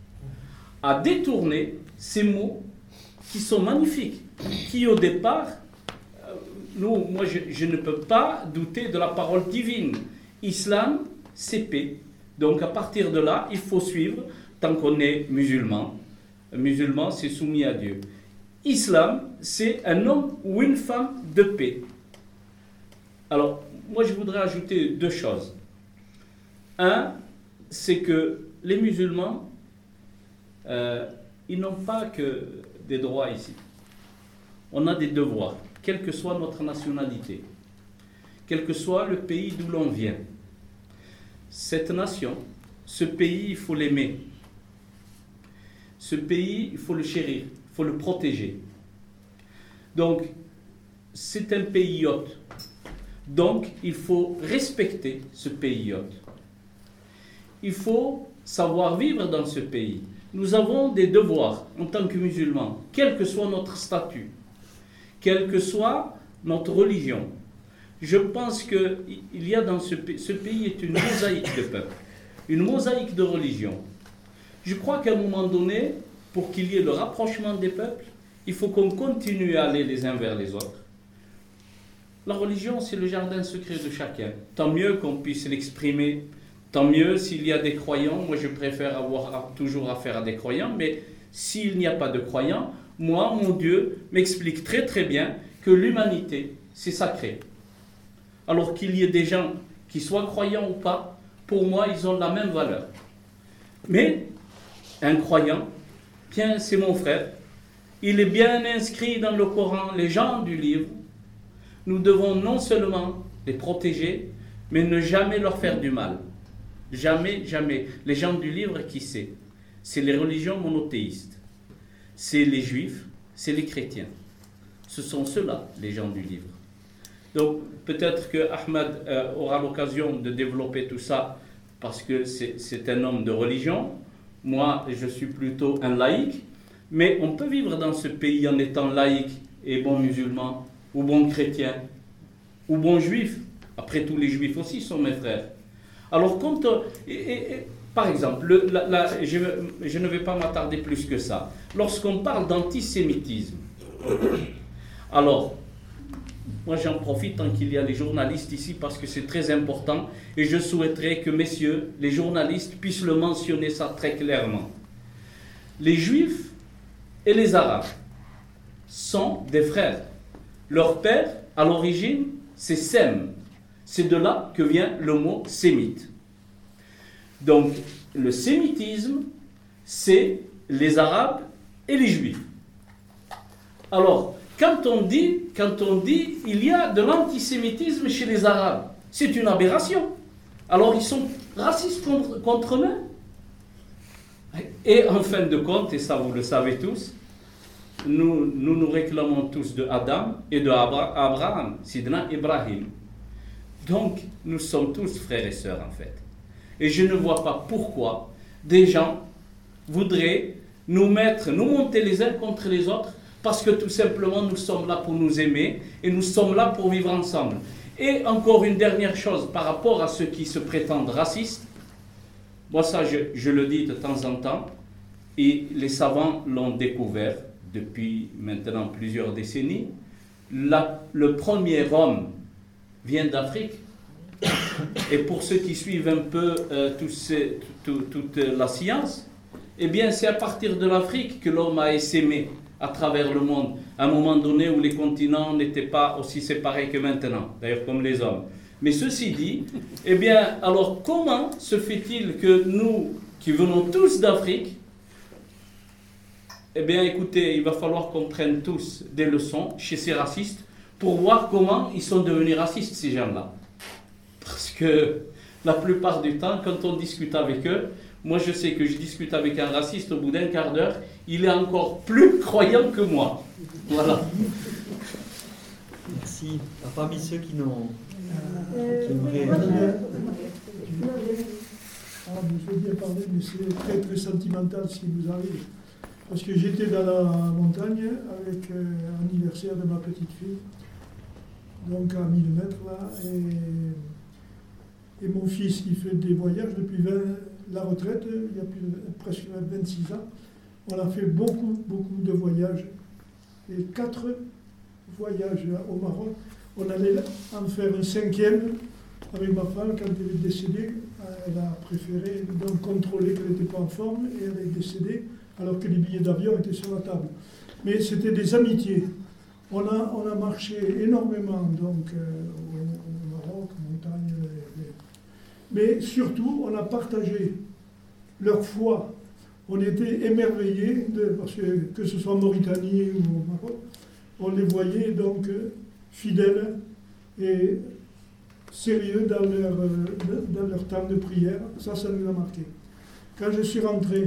à détourner ces mots qui sont magnifiques, qui au départ, euh, nous, moi je, je ne peux pas douter de la parole divine. Islam, c'est paix. Donc à partir de là, il faut suivre, tant qu'on est musulman. Un musulman, c'est soumis à Dieu. Islam, c'est un homme ou une femme de paix. Alors, moi je voudrais ajouter deux choses. Un, c'est que les musulmans, euh, ils n'ont pas que des droits ici. On a des devoirs, quelle que soit notre nationalité, quel que soit le pays d'où l'on vient. Cette nation, ce pays, il faut l'aimer. Ce pays, il faut le chérir, il faut le protéger. Donc, c'est un pays hôte. Donc, il faut respecter ce pays hôte. Il faut savoir vivre dans ce pays. Nous avons des devoirs en tant que musulmans, quel que soit notre statut, quelle que soit notre religion. Je pense qu'il y a dans ce pays, ce pays est une mosaïque de peuples, une mosaïque de religions. Je crois qu'à un moment donné, pour qu'il y ait le rapprochement des peuples, il faut qu'on continue à aller les uns vers les autres. La religion, c'est le jardin secret de chacun. Tant mieux qu'on puisse l'exprimer, tant mieux s'il y a des croyants. Moi, je préfère avoir toujours affaire à des croyants, mais s'il n'y a pas de croyants, moi, mon Dieu m'explique très très bien que l'humanité, c'est sacré. Alors qu'il y ait des gens qui soient croyants ou pas, pour moi, ils ont la même valeur. Mais un croyant, bien, c'est mon frère, il est bien inscrit dans le Coran, les gens du livre. Nous devons non seulement les protéger, mais ne jamais leur faire du mal. Jamais, jamais. Les gens du livre, qui c'est? C'est les religions monothéistes. C'est les juifs, c'est les chrétiens. Ce sont ceux-là, les gens du livre. Donc, peut-être que Ahmed euh, aura l'occasion de développer tout ça parce que c'est un homme de religion. Moi, je suis plutôt un laïc. Mais on peut vivre dans ce pays en étant laïc et bon musulman, ou bon chrétien, ou bon juif. Après, tous les juifs aussi sont mes frères. Alors, quand, et, et, et, par exemple, le, la, la, je, je ne vais pas m'attarder plus que ça. Lorsqu'on parle d'antisémitisme, alors, moi j'en profite tant qu'il y a les journalistes ici parce que c'est très important et je souhaiterais que messieurs, les journalistes, puissent le mentionner ça très clairement. Les juifs et les arabes sont des frères. Leur père, à l'origine, c'est Sem. C'est de là que vient le mot sémite. Donc, le sémitisme, c'est les arabes et les juifs. Alors, quand on dit, quand on dit il y a de l'antisémitisme chez les arabes, c'est une aberration. Alors, ils sont racistes contre, contre eux-mêmes. Et en fin de compte, et ça vous le savez tous, nous, nous nous réclamons tous de Adam et de Abra- Abraham, Sidna Ibrahim. Donc, nous sommes tous frères et sœurs, en fait. Et je ne vois pas pourquoi des gens voudraient nous mettre, nous monter les uns contre les autres, parce que tout simplement, nous sommes là pour nous aimer et nous sommes là pour vivre ensemble. Et encore une dernière chose, par rapport à ceux qui se prétendent racistes, moi ça, je, je le dis de temps en temps, et les savants l'ont découvert depuis maintenant plusieurs décennies. La, le premier homme vient d'Afrique. Et pour ceux qui suivent un peu euh, tout ces, tout, toute la science, eh bien c'est à partir de l'Afrique que l'homme a essaimé à travers le monde, à un moment donné où les continents n'étaient pas aussi séparés que maintenant, d'ailleurs comme les hommes. Mais ceci dit, eh bien, alors comment se fait-il que nous, qui venons tous d'Afrique, eh bien écoutez, il va falloir qu'on prenne tous des leçons chez ces racistes pour voir comment ils sont devenus racistes, ces gens-là. Parce que la plupart du temps, quand on discute avec eux, moi je sais que je discute avec un raciste au bout d'un quart d'heure, il est encore plus croyant que moi. Voilà. Merci. Alors, parmi ceux qui n'ont... Euh, qui oui, aimeraient- moi, je- Ah, mais je veux bien parler, mais c'est très très sentimental ce qui vous arrive. Parce que j'étais dans la montagne avec euh, l'anniversaire de ma petite fille, donc à mille mètres là, et, et mon fils qui fait des voyages depuis vingt, la retraite, il y a plus de, presque vingt-six ans, on a fait beaucoup, beaucoup de voyages, et quatre voyages au Maroc. On allait en faire un cinquième avec ma femme quand elle est décédée. Elle a préféré donc contrôler qu'elle n'était pas en forme et elle est décédée alors que les billets d'avion étaient sur la table. Mais c'était des amitiés. On a, on a marché énormément donc euh, au, au Maroc, montagne. Les, les... Mais surtout, on a partagé leur foi. On était émerveillés, de, parce que que ce soit en Mauritanie ou au Maroc, on les voyait donc euh, fidèles et sérieux dans leur, euh, dans leur temps de prière. Ça, ça nous a marqué. Quand je suis rentré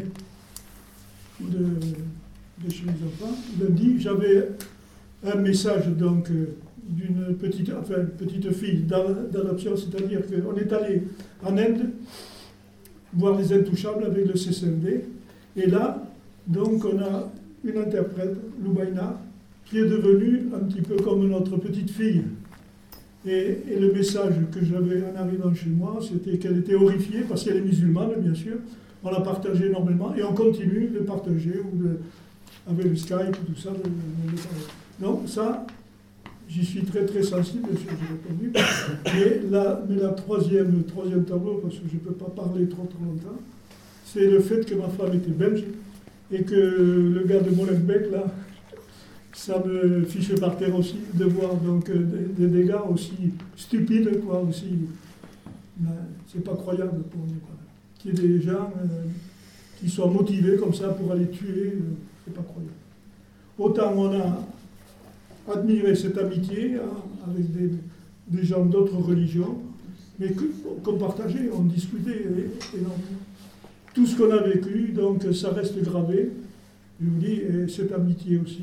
de, de chez les enfants, lundi, j'avais un message donc euh, d'une petite, enfin, petite fille d'adoption, c'est-à-dire qu'on est allé en Inde voir les Intouchables avec le C C M D, et là, donc, on a une interprète, Loubaïna, qui est devenue un petit peu comme notre petite fille. Et, et le message que j'avais en arrivant chez moi, c'était qu'elle était horrifiée, parce qu'elle est musulmane, bien sûr. On l'a partagé énormément, et on continue de partager, ou de, avec le Skype, tout ça. De, de, de, donc ça, j'y suis très très sensible, bien sûr, j'ai répondu. Mais la, mais la troisième, le troisième tableau, parce que je ne peux pas parler trop trop longtemps, c'est le fait que ma femme était belge, et que le gars de Molenbeek, là, ça me fichait par terre aussi de voir donc euh, des, des dégâts aussi stupides, quoi, aussi. Ben, c'est pas croyable pour nous, quoi. Qu'il y ait des gens euh, qui soient motivés comme ça pour aller tuer, euh, c'est pas croyable. Autant on a admiré cette amitié hein, avec des, des gens d'autres religions, mais que, qu'on partageait, on discutait énormément. Tout ce qu'on a vécu, donc ça reste gravé. Je vous dis, et cette amitié aussi.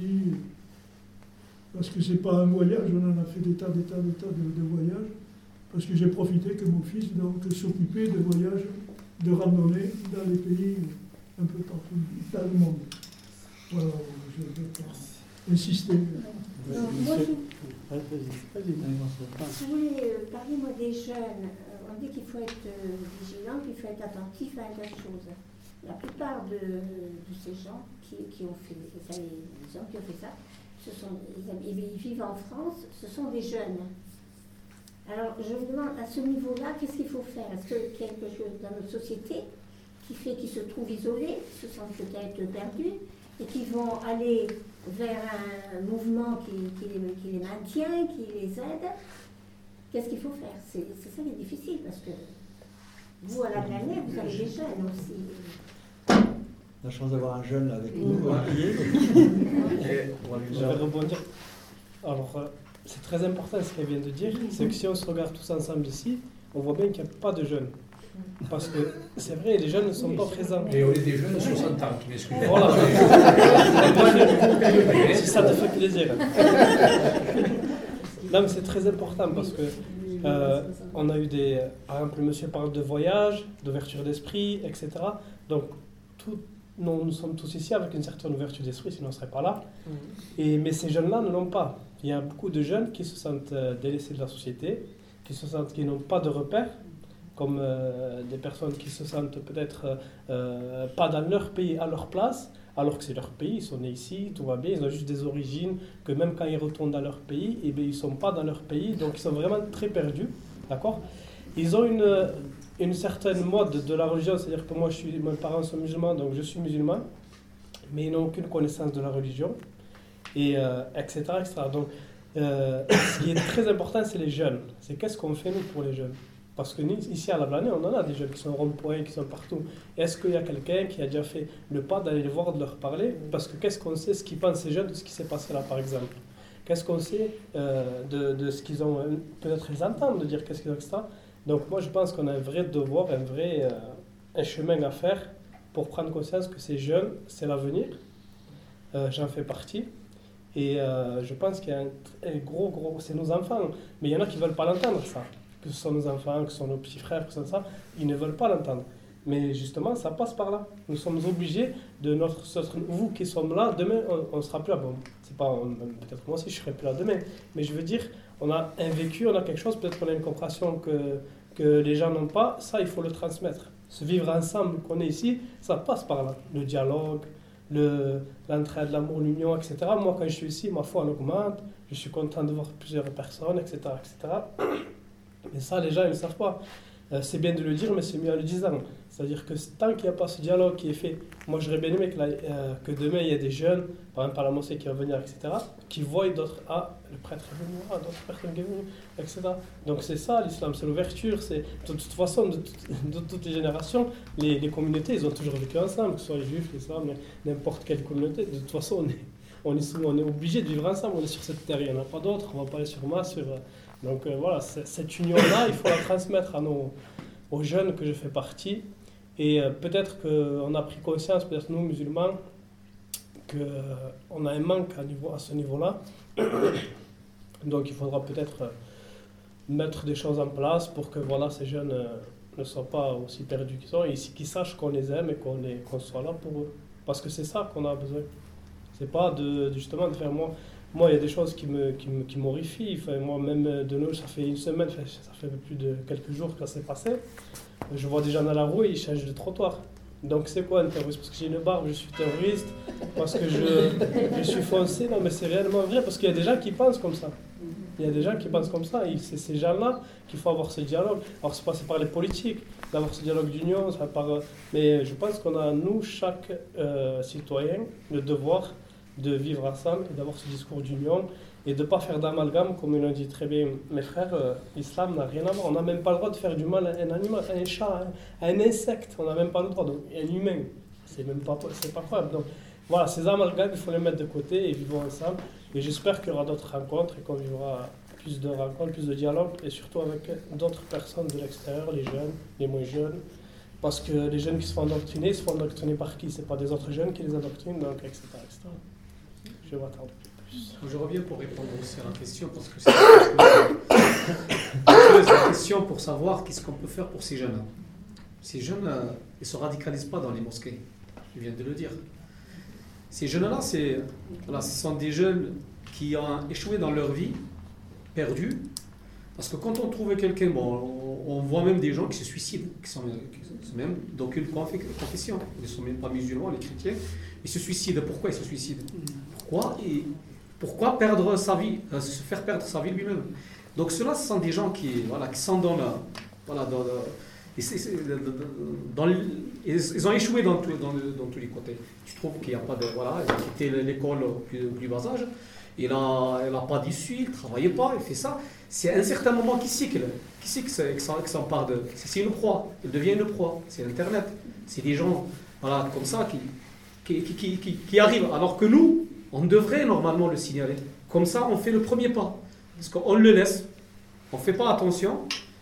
Parce que c'est pas un voyage, on en a fait des tas, des tas, des tas de, de voyages, parce que j'ai profité que mon fils donc s'occupait de voyages, de randonnée dans les pays un peu partout dans le monde. Voilà, je vais pas insister. Alors, moi, je, je voulais euh, parler moi des jeunes. Euh, on dit qu'il faut être euh, vigilant, qu'il faut être attentif à quelque chose. La plupart de, de ces gens qui, qui ont fait, enfin, les gens qui ont fait ça, ce sont, ils, ils vivent en France, ce sont des jeunes. Alors, je me demande, à ce niveau-là, qu'est-ce qu'il faut faire? Est-ce qu'il y a quelque chose dans notre société qui fait qu'ils se trouvent isolés, qui se sentent peut-être perdus, et qui vont aller vers un mouvement qui, qui, les, qui les maintient, qui les aide? Qu'est-ce qu'il faut faire? C'est, c'est ça qui est difficile, parce que vous, à la planète, vous avez des jeunes aussi. La chance d'avoir un jeune avec nous. Je vais rebondir. Alors, euh, c'est très important ce qu'elle vient de dire, c'est que si on se regarde tous ensemble ici, on voit bien qu'il n'y a pas de jeunes. Parce que c'est vrai, les jeunes ne sont pas présents. Et on est des jeunes de soixante ans, qui m'excusent. Voilà. Si ça te fait plaisir. Non, mais c'est très important parce que euh, on a eu des... Par exemple, le monsieur parle de voyage, d'ouverture d'esprit, et cetera. Donc, tout, nous, nous sommes tous ici avec une certaine ouverture d'esprit, sinon on ne serait pas là. Et, mais ces jeunes-là ne l'ont pas. Il y a beaucoup de jeunes qui se sentent euh, délaissés de la société, qui se sentent qui n'ont pas de repères, comme euh, des personnes qui se sentent peut-être euh, pas dans leur pays à leur place, alors que c'est leur pays, ils sont nés ici, tout va bien, ils ont juste des origines, que même quand ils retournent dans leur pays, eh bien, ils ne sont pas dans leur pays, donc ils sont vraiment très perdus, d'accord ? Ils ont une, une certaine mode de la religion, c'est-à-dire que moi, je suis, mes parents sont musulmans, donc je suis musulman, mais ils n'ont aucune connaissance de la religion, et, euh, et cetera, et cetera. Donc, euh, ce qui est très important, c'est les jeunes. C'est qu'est-ce qu'on fait, nous, pour les jeunes ? Parce que nous, ici à La Blanée, on en a des jeunes qui sont rond-point, qui sont partout. Est-ce qu'il y a quelqu'un qui a déjà fait le pas d'aller les voir, de leur parler ? Parce que qu'est-ce qu'on sait, ce qu'ils pensent ces jeunes, de ce qui s'est passé là, par exemple ? Qu'est-ce qu'on sait euh, de, de ce qu'ils ont, peut-être les entendre, de dire qu'est-ce qu'ils ont, et cetera. Donc moi, je pense qu'on a un vrai devoir, un vrai euh, un chemin à faire pour prendre conscience que ces jeunes, c'est l'avenir. Euh, j'en fais partie. Et euh, je pense qu'il y a un, un gros, gros... C'est nos enfants. Mais il y en a qui ne veulent pas l'entendre, ça. Que ce sont nos enfants, que ce sont nos petits frères, que ce soit ça, ils ne veulent pas l'entendre. Mais justement, ça passe par là. Nous sommes obligés de notre... Vous qui sommes là, demain, on ne sera plus là. Bon, c'est pas... Peut-être moi aussi, je ne serai plus là demain. Mais je veux dire, on a un vécu, on a quelque chose, peut-être qu'on a une compréhension que, que les gens n'ont pas. Ça, il faut le transmettre. Ce vivre ensemble qu'on est ici, ça passe par là. Le dialogue, le, l'entraide, l'amour, l'union, et cetera. Moi, quand je suis ici, ma foi, elle augmente. Je suis content de voir plusieurs personnes, et cetera, et cetera. Mais ça, les gens, ils ne savent pas. Euh, c'est bien de le dire, mais c'est mieux en le disant. C'est-à-dire que tant qu'il n'y a pas ce dialogue qui est fait, moi, j'aurais bien aimé que, la, euh, que demain, il y ait des jeunes, par exemple, à la mosquée qui vont venir, et cetera, qui voient d'autres, ah, le prêtre est venu, ah, d'autres personnes qui sont venues, et cetera. Donc c'est ça, l'islam, c'est l'ouverture. C'est, de toute façon, de, de, de toutes les générations, les, les communautés, ils ont toujours vécu ensemble, que ce soit les juifs, les islams, n'importe quelle communauté. De toute façon, on est, on est, on est obligé de vivre ensemble, on est sur cette terre, il n'y en a pas d'autres, on ne va pas aller sur Mars, sur... Donc euh, voilà, cette union-là, il faut la transmettre à nos, aux jeunes que je fais partie. Et euh, peut-être qu'on a pris conscience, peut-être nous musulmans, qu'on a un manque à, niveau, à ce niveau-là. Donc il faudra peut-être euh, mettre des choses en place pour que voilà, ces jeunes euh, ne soient pas aussi perdus qu'ils sont, et qu'ils sachent qu'on les aime et qu'on, les, qu'on soit là pour eux. Parce que c'est ça qu'on a besoin. C'est pas de, justement de faire moi... Moi, il y a des choses qui, me, qui, me, qui m'horrifient. Enfin, moi, même de nous, ça fait une semaine, ça fait plus de quelques jours que ça s'est passé. Je vois des gens dans la rue et ils changent de trottoir. Donc, c'est quoi un terroriste ? Parce que j'ai une barbe, je suis terroriste. Parce que je, je suis foncé. Non, mais c'est réellement vrai. Parce qu'il y a des gens qui pensent comme ça. Il y a des gens qui pensent comme ça. Et c'est ces gens-là qu'il faut avoir ce dialogue. Alors, c'est pas c'est par les politiques, d'avoir ce dialogue d'union. C'est par, mais je pense qu'on a, nous, chaque euh, citoyen, le devoir de vivre ensemble et d'avoir ce discours d'union et de ne pas faire d'amalgame, comme ils l'ont dit très bien mes frères. Euh, l'islam n'a rien à voir. On n'a même pas le droit de faire du mal à un animal, à un chat, à un insecte. On n'a même pas le droit. Donc, un humain, c'est même pas, c'est pas probable. Donc voilà, ces amalgames, il faut les mettre de côté et vivre ensemble. Et j'espère qu'il y aura d'autres rencontres et qu'on vivra plus de rencontres, plus de dialogue et surtout avec d'autres personnes de l'extérieur, les jeunes, les moins jeunes. Parce que les jeunes qui se font endoctriner, ils se font endoctriner par qui ? Ce n'est pas des autres jeunes qui les endoctrinent, donc et cetera et cetera. Je vais m'attendre plus. Je reviens pour répondre aussi à la question, parce que c'est la question pour savoir qu'est-ce qu'on peut faire pour ces jeunes-là. Ces jeunes, euh, ils ne se radicalisent pas dans les mosquées, je viens de le dire. Ces jeunes-là, c'est, voilà, ce sont des jeunes qui ont échoué dans leur vie, perdus, parce que quand on trouve quelqu'un, bon, on, on voit même des gens qui se suicident, qui sont, qui sont même d'aucune confession, ils ne sont même pas musulmans, les chrétiens, ils se suicident. Pourquoi ils se suicident ? Pourquoi, et pourquoi perdre sa vie, euh, se faire perdre sa vie lui-même ? Donc ceux-là, ce sont des gens qui, voilà, qui sont dans la, voilà, dans, et c'est, c'est, dans, dans, ils ont échoué dans, tout, dans, dans tous les côtés. Tu trouves qu'il n'y a pas de, voilà, il a quitté l'école au plus, plus bas âge, il n'a il a pas d'issue, il ne travaillait pas, il fait ça. C'est à un certain moment qui sait que, qui sait que, ça, que, ça, que ça part de, c'est une proie, il devient une proie, c'est Internet, c'est des gens, voilà, comme ça qui Qui, qui, qui, qui arrive, alors que nous, on devrait normalement le signaler. Comme ça, on fait le premier pas. Parce qu'on le laisse, on ne fait pas attention,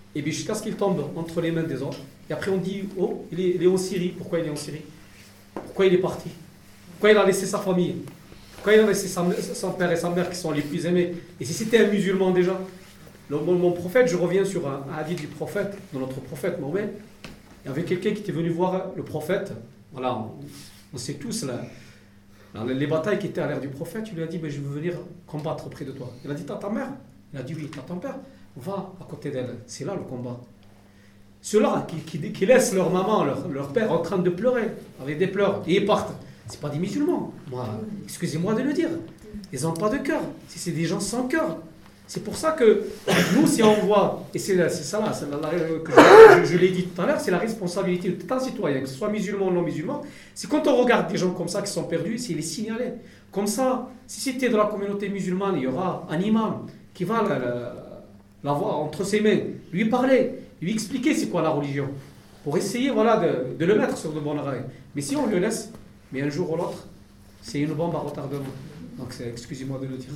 et bien jusqu'à ce qu'il tombe entre les mains des autres. Et après on dit, oh, il est, il est en Syrie. Pourquoi il est en Syrie? Pourquoi il est parti? Pourquoi il a laissé sa famille? Pourquoi il a laissé sa, son père et sa mère qui sont les plus aimés? Et si c'était un musulman déjà? Le, mon, mon prophète, je reviens sur un, un hadith du prophète, de notre prophète Mohammed. Il y avait quelqu'un qui était venu voir le prophète. Voilà, on, on sait tous là, dans les batailles qui étaient à l'ère du prophète. Il lui a dit, ben, je veux venir combattre près de toi. Il a dit, t'as ta mère? Il a dit, oui, t'as ton père. Va à côté d'elle, c'est là le combat. Ceux-là qui, qui, qui laissent leur maman, leur, leur père en train de pleurer, avec des pleurs, et ils partent. C'est pas des musulmans. Moi, excusez-moi de le dire. Ils n'ont pas de cœur. C'est des gens sans cœur. C'est pour ça que nous, si on voit, et c'est ça là, c'est la, la, que je, je, je l'ai dit tout à l'heure, c'est la responsabilité de tout un citoyen, que ce soit musulman ou non musulman, c'est quand on regarde des gens comme ça qui sont perdus, c'est les signaler. Comme ça, si c'était de la communauté musulmane, il y aura un imam qui va la, la, l'avoir entre ses mains, lui parler, lui expliquer c'est quoi la religion, pour essayer voilà, de, de le mettre sur de bonnes rails. Mais si on le laisse, mais un jour ou l'autre, c'est une bombe à retardement. Donc excusez-moi de le dire.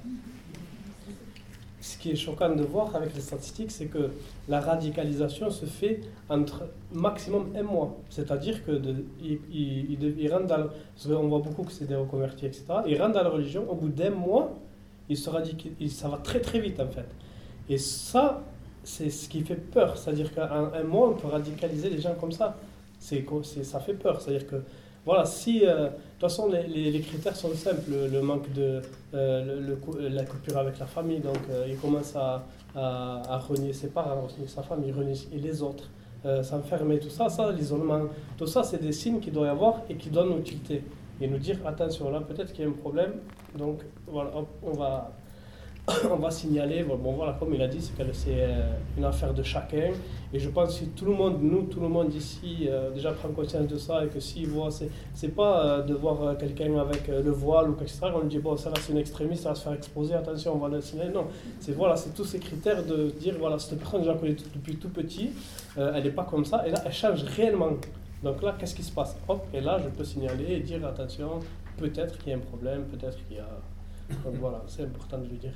Ce qui est choquant de voir avec les statistiques, c'est que la radicalisation se fait entre maximum un mois. C'est-à-dire que de, ils, ils, ils rentrent dans, parce qu'on voit beaucoup que c'est des reconvertis, et cetera. Ils rentrent dans la religion, au bout d'un mois, ils se radicalisent, ça va très très vite en fait. Et ça, c'est ce qui fait peur. C'est-à-dire qu'en un mois, on peut radicaliser les gens comme ça. C'est, c'est, ça fait peur. C'est-à-dire que, voilà, si, euh, de toute façon, les, les, les critères sont simples. Le, le manque de, euh, le, le, la coupure avec la famille. Donc, euh, il commence à, à, à renier ses parents, à renier sa famille, renier les autres, euh, s'enfermer, tout ça, ça, l'isolement. Tout ça, c'est des signes qu'il doit y avoir et qui doivent nous tilter. Et nous dire, attention, là, peut-être qu'il y a un problème. Donc, voilà, hop, on va... on va signaler, bon voilà, comme il a dit, c'est que c'est une affaire de chacun. Et je pense que si tout le monde, nous, tout le monde ici, euh, déjà prend conscience de ça, et que s'il voit, c'est, c'est pas euh, de voir quelqu'un avec euh, le voile ou quelque chose, on lui dit, bon, ça là c'est une extrémiste, ça va se faire exposer, attention, on va le signaler. Non, c'est voilà, c'est tous ces critères de dire, voilà, cette personne, je la connais depuis tout petit, euh, elle n'est pas comme ça, et là, elle change réellement. Donc là, qu'est-ce qui se passe? Hop, et là, je peux signaler et dire, attention, peut-être qu'il y a un problème, peut-être qu'il y a... Donc voilà, c'est important de lui dire.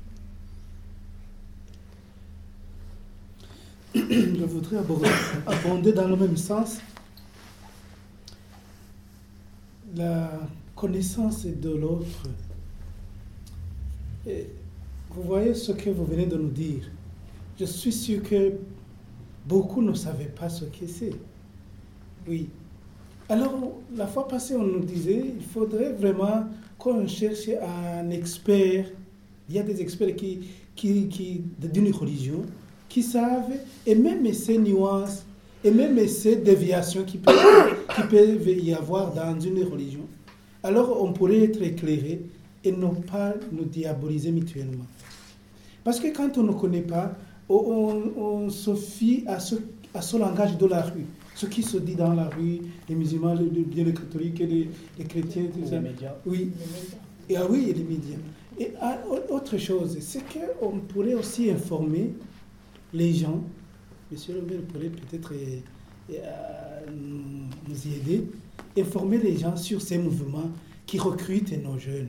Je voudrais aborder, abonder dans le même sens la connaissance de l'autre. Et vous voyez ce que vous venez de nous dire. Je suis sûr que beaucoup ne savaient pas ce que c'est. Oui. Alors, la fois passée, on nous disait il faudrait vraiment qu'on cherche un expert. Il y a des experts qui, qui, qui, d'une religion qui savent, et même ces nuances, et même ces déviations qui peuvent, qui peuvent y avoir dans une religion. Alors on pourrait être éclairé et ne pas nous diaboliser mutuellement. Parce que quand on ne connaît pas, on, on se fie à ce, à ce langage de la rue. Ce qui se dit dans la rue, les musulmans, les, les catholiques, les, les chrétiens, tout ça. Les médias. Oui. Et, ah oui, et les médias. Et ah, autre chose, c'est qu'on pourrait aussi informer les gens. Monsieur le maire pourrait peut-être euh, euh, nous y aider, informer les gens sur ces mouvements qui recrutent nos jeunes.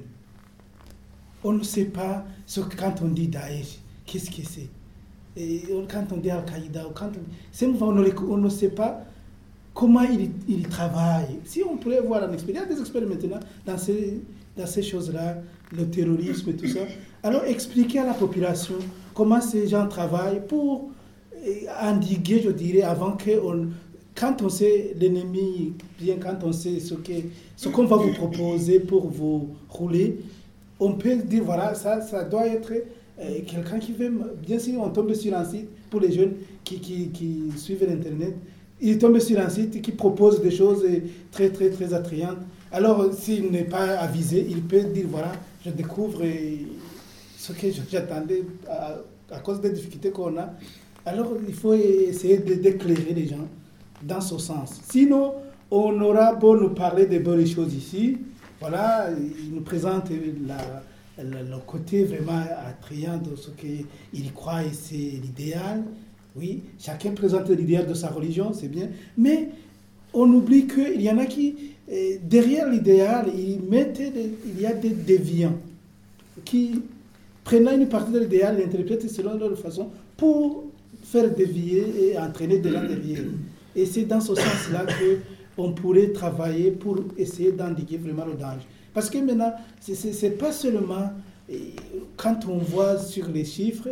On ne sait pas ce que, quand on dit Daesh, qu'est-ce que c'est. Et quand on dit Al-Qaïda, quand on, ces mouvements, on ne, les, on ne sait pas comment ils, ils travaillent. Si on pourrait voir un expert, il y a des experts maintenant dans ces, dans ces choses-là, le terrorisme et tout ça. Alors expliquer à la population comment ces gens travaillent pour endiguer, je dirais, avant qu'on... Quand on sait l'ennemi, bien quand on sait ce, que, ce qu'on va vous proposer pour vous rouler, on peut dire, voilà, ça, ça doit être euh, quelqu'un qui veut... Bien sûr, on tombe sur un site, pour les jeunes qui, qui, qui suivent l'Internet, ils tombent sur un site qui propose des choses très, très, très attrayantes. Alors, s'il n'est pas avisé, il peut dire, voilà, je découvre ce que j'attendais à, à cause des difficultés qu'on a. Alors, il faut essayer d'éclairer les gens dans ce sens. Sinon, on aura beau nous parler de bonnes choses ici, voilà, il nous présente la, la, le côté vraiment attrayant de ce qu'il croit et c'est l'idéal. Oui, chacun présente l'idéal de sa religion, c'est bien, mais on oublie qu'il y en a qui, derrière l'idéal, ils mettent des, il y a des déviants qui, prenant une partie de l'idéal, l'interprètent selon leur façon pour faire dévier et entraîner de gens derrière. Et c'est dans ce sens-là qu'on pourrait travailler pour essayer d'endiguer vraiment le danger. Parce que maintenant, ce n'est pas seulement quand on voit sur les chiffres.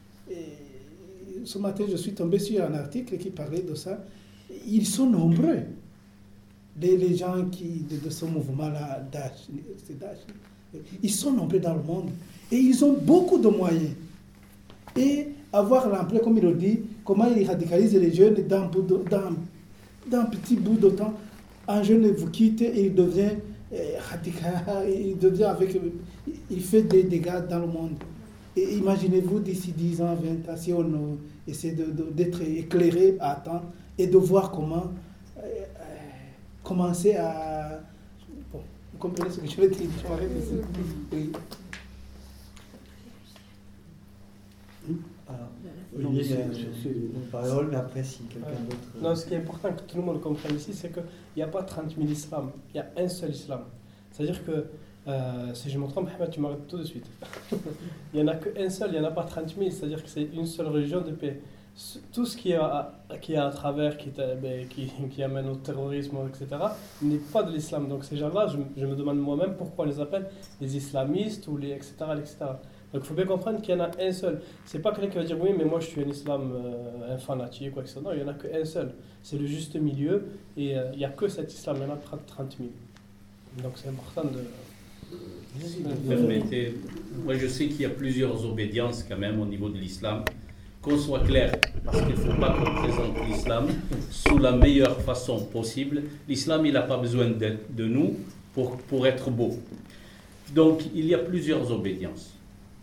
Ce matin, je suis tombé sur un article qui parlait de ça. Ils sont nombreux, les, les gens qui, de, de ce mouvement-là, Daesh, c'est Daesh. Ils sont nombreux dans le monde et ils ont beaucoup de moyens. Et avoir l'ampleur, comme il le dit, comment ils radicalisent les jeunes dans, dans, dans un petit bout de temps. Un jeune vous quitte et il devient euh, radical, il devient avec, il fait des dégâts dans le monde. Et imaginez-vous d'ici dix ans, vingt ans, si on euh, essaie de, de, d'être éclairé à temps et de voir comment euh, euh, commencer à... Bon, vous comprenez ce que je veux dire? Oui. Alors, non, mais, c'est, c'est une parole, mais après, si quelqu'un ouais. d'autre... Non, ce qui est important que tout le monde comprenne ici, c'est qu'il n'y a pas trente mille islams, il y a un seul islam. C'est-à-dire que, euh, si je me trompe, Ahmed, tu m'arrêtes tout de suite. Il n'y en a qu'un seul, il n'y en a pas trente mille, c'est-à-dire que c'est une seule religion de paix. Tout ce qui est à, qui est à travers, qui, qui, qui amène au terrorisme, et cetera, n'est pas de l'islam. Donc ces gens-là, je, je me demande moi-même pourquoi on les appelle les islamistes, ou les et cetera, et cetera. Donc il faut bien comprendre qu'il y en a un seul. C'est pas quelqu'un qui va dire oui, mais moi je suis un islam euh, un fanatique, quoi que ce soit. Non, il n'y en a qu'un seul. C'est le juste milieu et euh, il n'y a que cet islam. Il y en a trente mille. Donc c'est important de. Permettez, moi je sais qu'il y a plusieurs obédiences quand même au niveau de l'islam. Qu'on soit clair, parce qu'il ne faut pas qu'on présente l'islam sous la meilleure façon possible. L'islam, il n'a pas besoin de, de nous pour, pour être beau. Donc il y a plusieurs obédiences.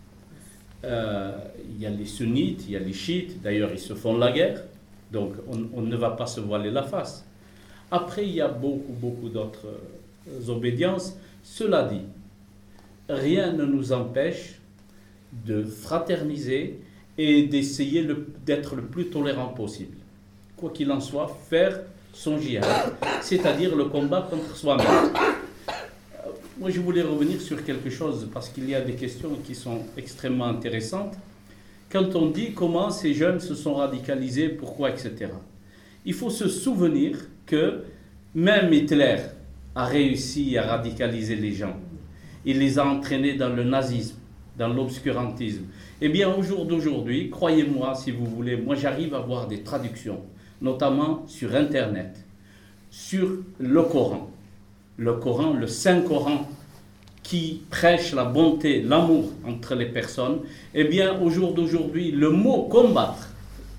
Euh, il y a les sunnites, il y a les chiites, d'ailleurs ils se font la guerre, donc on, on ne va pas se voiler la face. Après il y a beaucoup, beaucoup d'autres euh, obédiences. Cela dit, rien ne nous empêche de fraterniser et d'essayer le, d'être le plus tolérant possible. Quoi qu'il en soit, faire son djihad, c'est-à-dire le combat contre soi-même. Moi, je voulais revenir sur quelque chose parce qu'il y a des questions qui sont extrêmement intéressantes. Quand on dit comment ces jeunes se sont radicalisés, pourquoi, et cetera. Il faut se souvenir que même Hitler a réussi à radicaliser les gens. Il les a entraînés dans le nazisme, dans l'obscurantisme. Eh bien, au jour d'aujourd'hui, croyez-moi, si vous voulez, moi j'arrive à voir des traductions, notamment sur Internet, sur le Coran. Le Coran, le Saint-Coran, qui prêche la bonté, l'amour entre les personnes, eh bien, au jour d'aujourd'hui, le mot « combattre »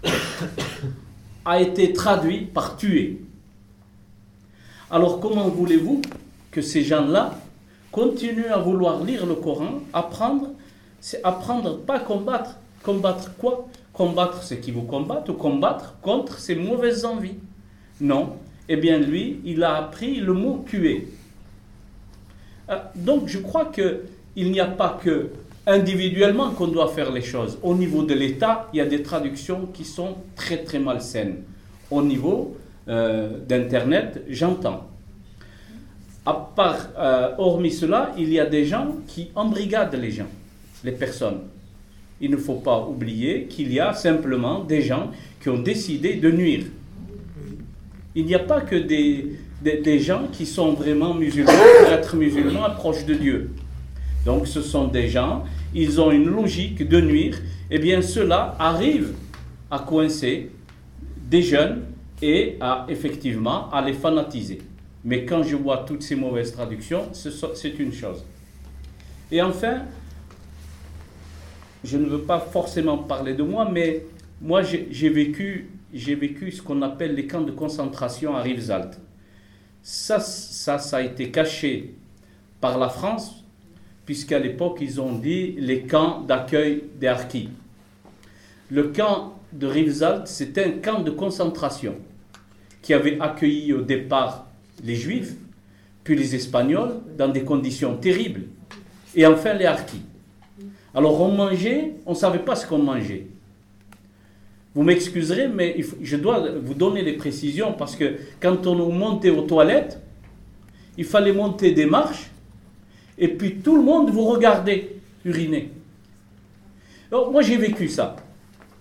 a été traduit par « tuer ». Alors, comment voulez-vous que ces gens-là continuent à vouloir lire le Coran, apprendre, c'est apprendre, pas combattre. Combattre quoi? Combattre ceux qui vous combattent ou combattre contre ces mauvaises envies? Non. Eh bien, lui, il a appris le mot « tuer ». Donc, je crois qu'il n'y a pas que individuellement qu'on doit faire les choses. Au niveau de l'État, il y a des traductions qui sont très, très malsaines. Au niveau euh, d'Internet, j'entends. À part, euh, hormis cela, il y a des gens qui embrigadent les gens, les personnes. Il ne faut pas oublier qu'il y a simplement des gens qui ont décidé de nuire. Il n'y a pas que des, des, des gens qui sont vraiment musulmans pour être musulmans proches de Dieu. Donc ce sont des gens, ils ont une logique de nuire. Eh bien cela arrive à coincer des jeunes et à effectivement à les fanatiser. Mais quand je vois toutes ces mauvaises traductions, c'est une chose. Et enfin, je ne veux pas forcément parler de moi, mais moi j'ai vécu... J'ai vécu ce qu'on appelle les camps de concentration à Rivesaltes. Ça, ça, ça a été caché par la France, puisqu'à l'époque, ils ont dit les camps d'accueil des harkis. Le camp de Rivesaltes, c'était un camp de concentration qui avait accueilli au départ les Juifs, puis les Espagnols, dans des conditions terribles, et enfin les harkis. Alors on mangeait, on ne savait pas ce qu'on mangeait. Vous m'excuserez, mais il faut, je dois vous donner les précisions parce que quand on montait aux toilettes, il fallait monter des marches et puis tout le monde vous regardait uriner. Alors, moi j'ai vécu ça.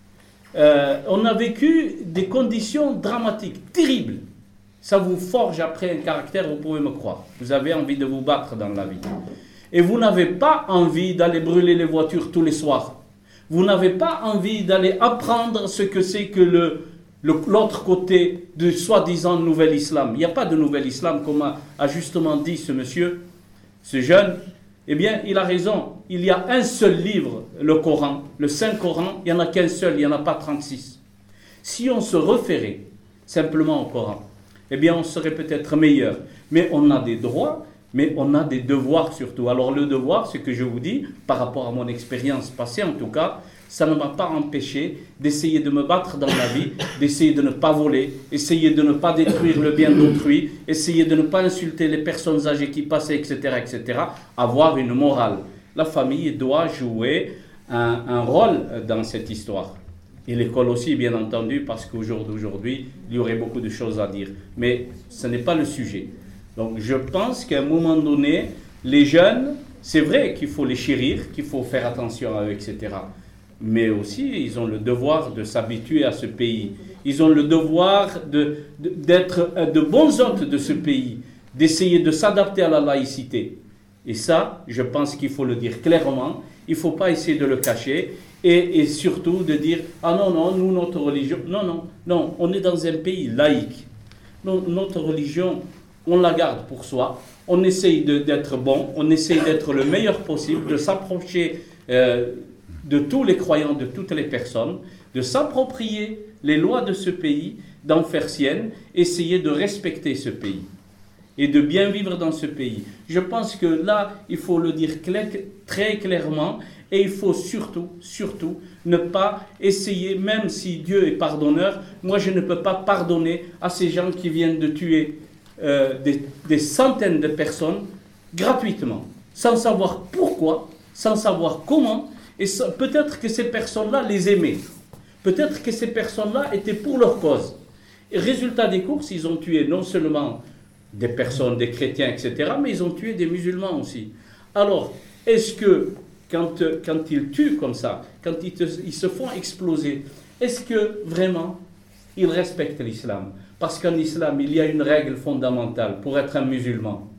Euh, on a vécu des conditions dramatiques, terribles. Ça vous forge après un caractère, vous pouvez me croire. Vous avez envie de vous battre dans la vie. Et vous n'avez pas envie d'aller brûler les voitures tous les soirs. Vous n'avez pas envie d'aller apprendre ce que c'est que le, le, l'autre côté du soi-disant nouvel islam. Il n'y a pas de nouvel islam, comme a, a justement dit ce monsieur, ce jeune. Eh bien, il a raison. Il y a un seul livre, le Coran. Le Saint-Coran, il n'y en a qu'un seul, il n'y en a pas trente-six. Si on se référait simplement au Coran, eh bien, on serait peut-être meilleur. Mais on a des droits, mais on a des devoirs surtout. Alors, le devoir, ce que je vous dis, par rapport à mon expérience passée en tout cas, ça ne m'a pas empêché d'essayer de me battre dans la vie, d'essayer de ne pas voler, essayer de ne pas détruire le bien d'autrui, essayer de ne pas insulter les personnes âgées qui passaient, et cetera, et cetera. Avoir une morale. La famille doit jouer un, un rôle dans cette histoire. Et l'école aussi, bien entendu, parce qu'au jour d'aujourd'hui, il y aurait beaucoup de choses à dire. Mais ce n'est pas le sujet. Donc je pense qu'à un moment donné, les jeunes, c'est vrai qu'il faut les chérir, qu'il faut faire attention à eux, et cetera. Mais aussi, ils ont le devoir de s'habituer à ce pays. Ils ont le devoir de, de, d'être de bons hôtes de ce pays, d'essayer de s'adapter à la laïcité. Et ça, je pense qu'il faut le dire clairement. Il ne faut pas essayer de le cacher. Et, et surtout de dire, ah non, non, nous, notre religion... Non, non, non, on est dans un pays laïque. Non, notre religion, on la garde pour soi. On essaye de, d'être bon, on essaye d'être le meilleur possible, de s'approcher euh, de tous les croyants, de toutes les personnes, de s'approprier les lois de ce pays, d'en faire sienne, essayer de respecter ce pays et de bien vivre dans ce pays. Je pense que là, il faut le dire clair, très clairement, et il faut surtout, surtout, ne pas essayer, même si Dieu est pardonneur, moi je ne peux pas pardonner à ces gens qui viennent de tuer euh, des, des centaines de personnes gratuitement, sans savoir pourquoi, sans savoir comment, et ça, peut-être que ces personnes-là les aimaient, peut-être que ces personnes-là étaient pour leur cause. Et résultat des courses, ils ont tué non seulement des personnes, des chrétiens, et cetera, mais ils ont tué des musulmans aussi. Alors, est-ce que Quand, quand ils tuent comme ça, quand ils, te, ils se font exploser, est-ce que vraiment ils respectent l'islam? Parce qu'en islam, il y a une règle fondamentale pour être un musulman.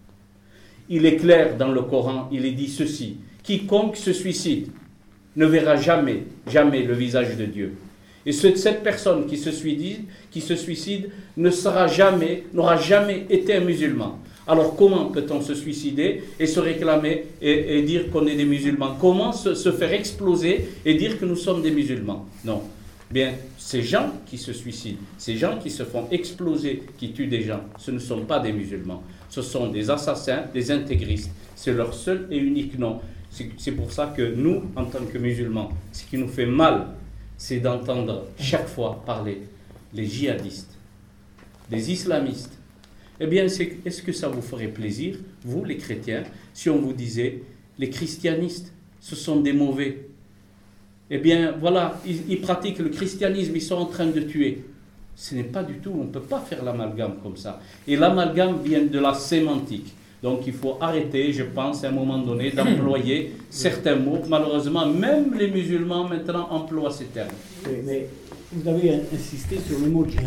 Il est clair dans le Coran, il est dit ceci: quiconque se suicide ne verra jamais, jamais le visage de Dieu. Et cette personne qui se suicide, qui se suicide ne sera jamais, n'aura jamais été un musulman. Alors comment peut-on se suicider et se réclamer et, et dire qu'on est des musulmans? Comment se, se faire exploser et dire que nous sommes des musulmans? Non. Bien, ces gens qui se suicident, ces gens qui se font exploser, qui tuent des gens, ce ne sont pas des musulmans. Ce sont des assassins, des intégristes. C'est leur seul et unique nom. C'est, c'est pour ça que nous, en tant que musulmans, ce qui nous fait mal, c'est d'entendre chaque fois parler les djihadistes, les islamistes. Eh bien, c'est, est-ce que ça vous ferait plaisir, vous les chrétiens, si on vous disait les christianistes, ce sont des mauvais? Eh bien, voilà, ils, ils pratiquent le christianisme, ils sont en train de tuer. Ce n'est pas du tout, on ne peut pas faire l'amalgame comme ça. Et l'amalgame vient de la sémantique. Donc il faut arrêter, je pense, à un moment donné, d'employer certains mots. Malheureusement, même les musulmans maintenant emploient ces termes. Oui, mais vous avez insisté sur le mot djihad.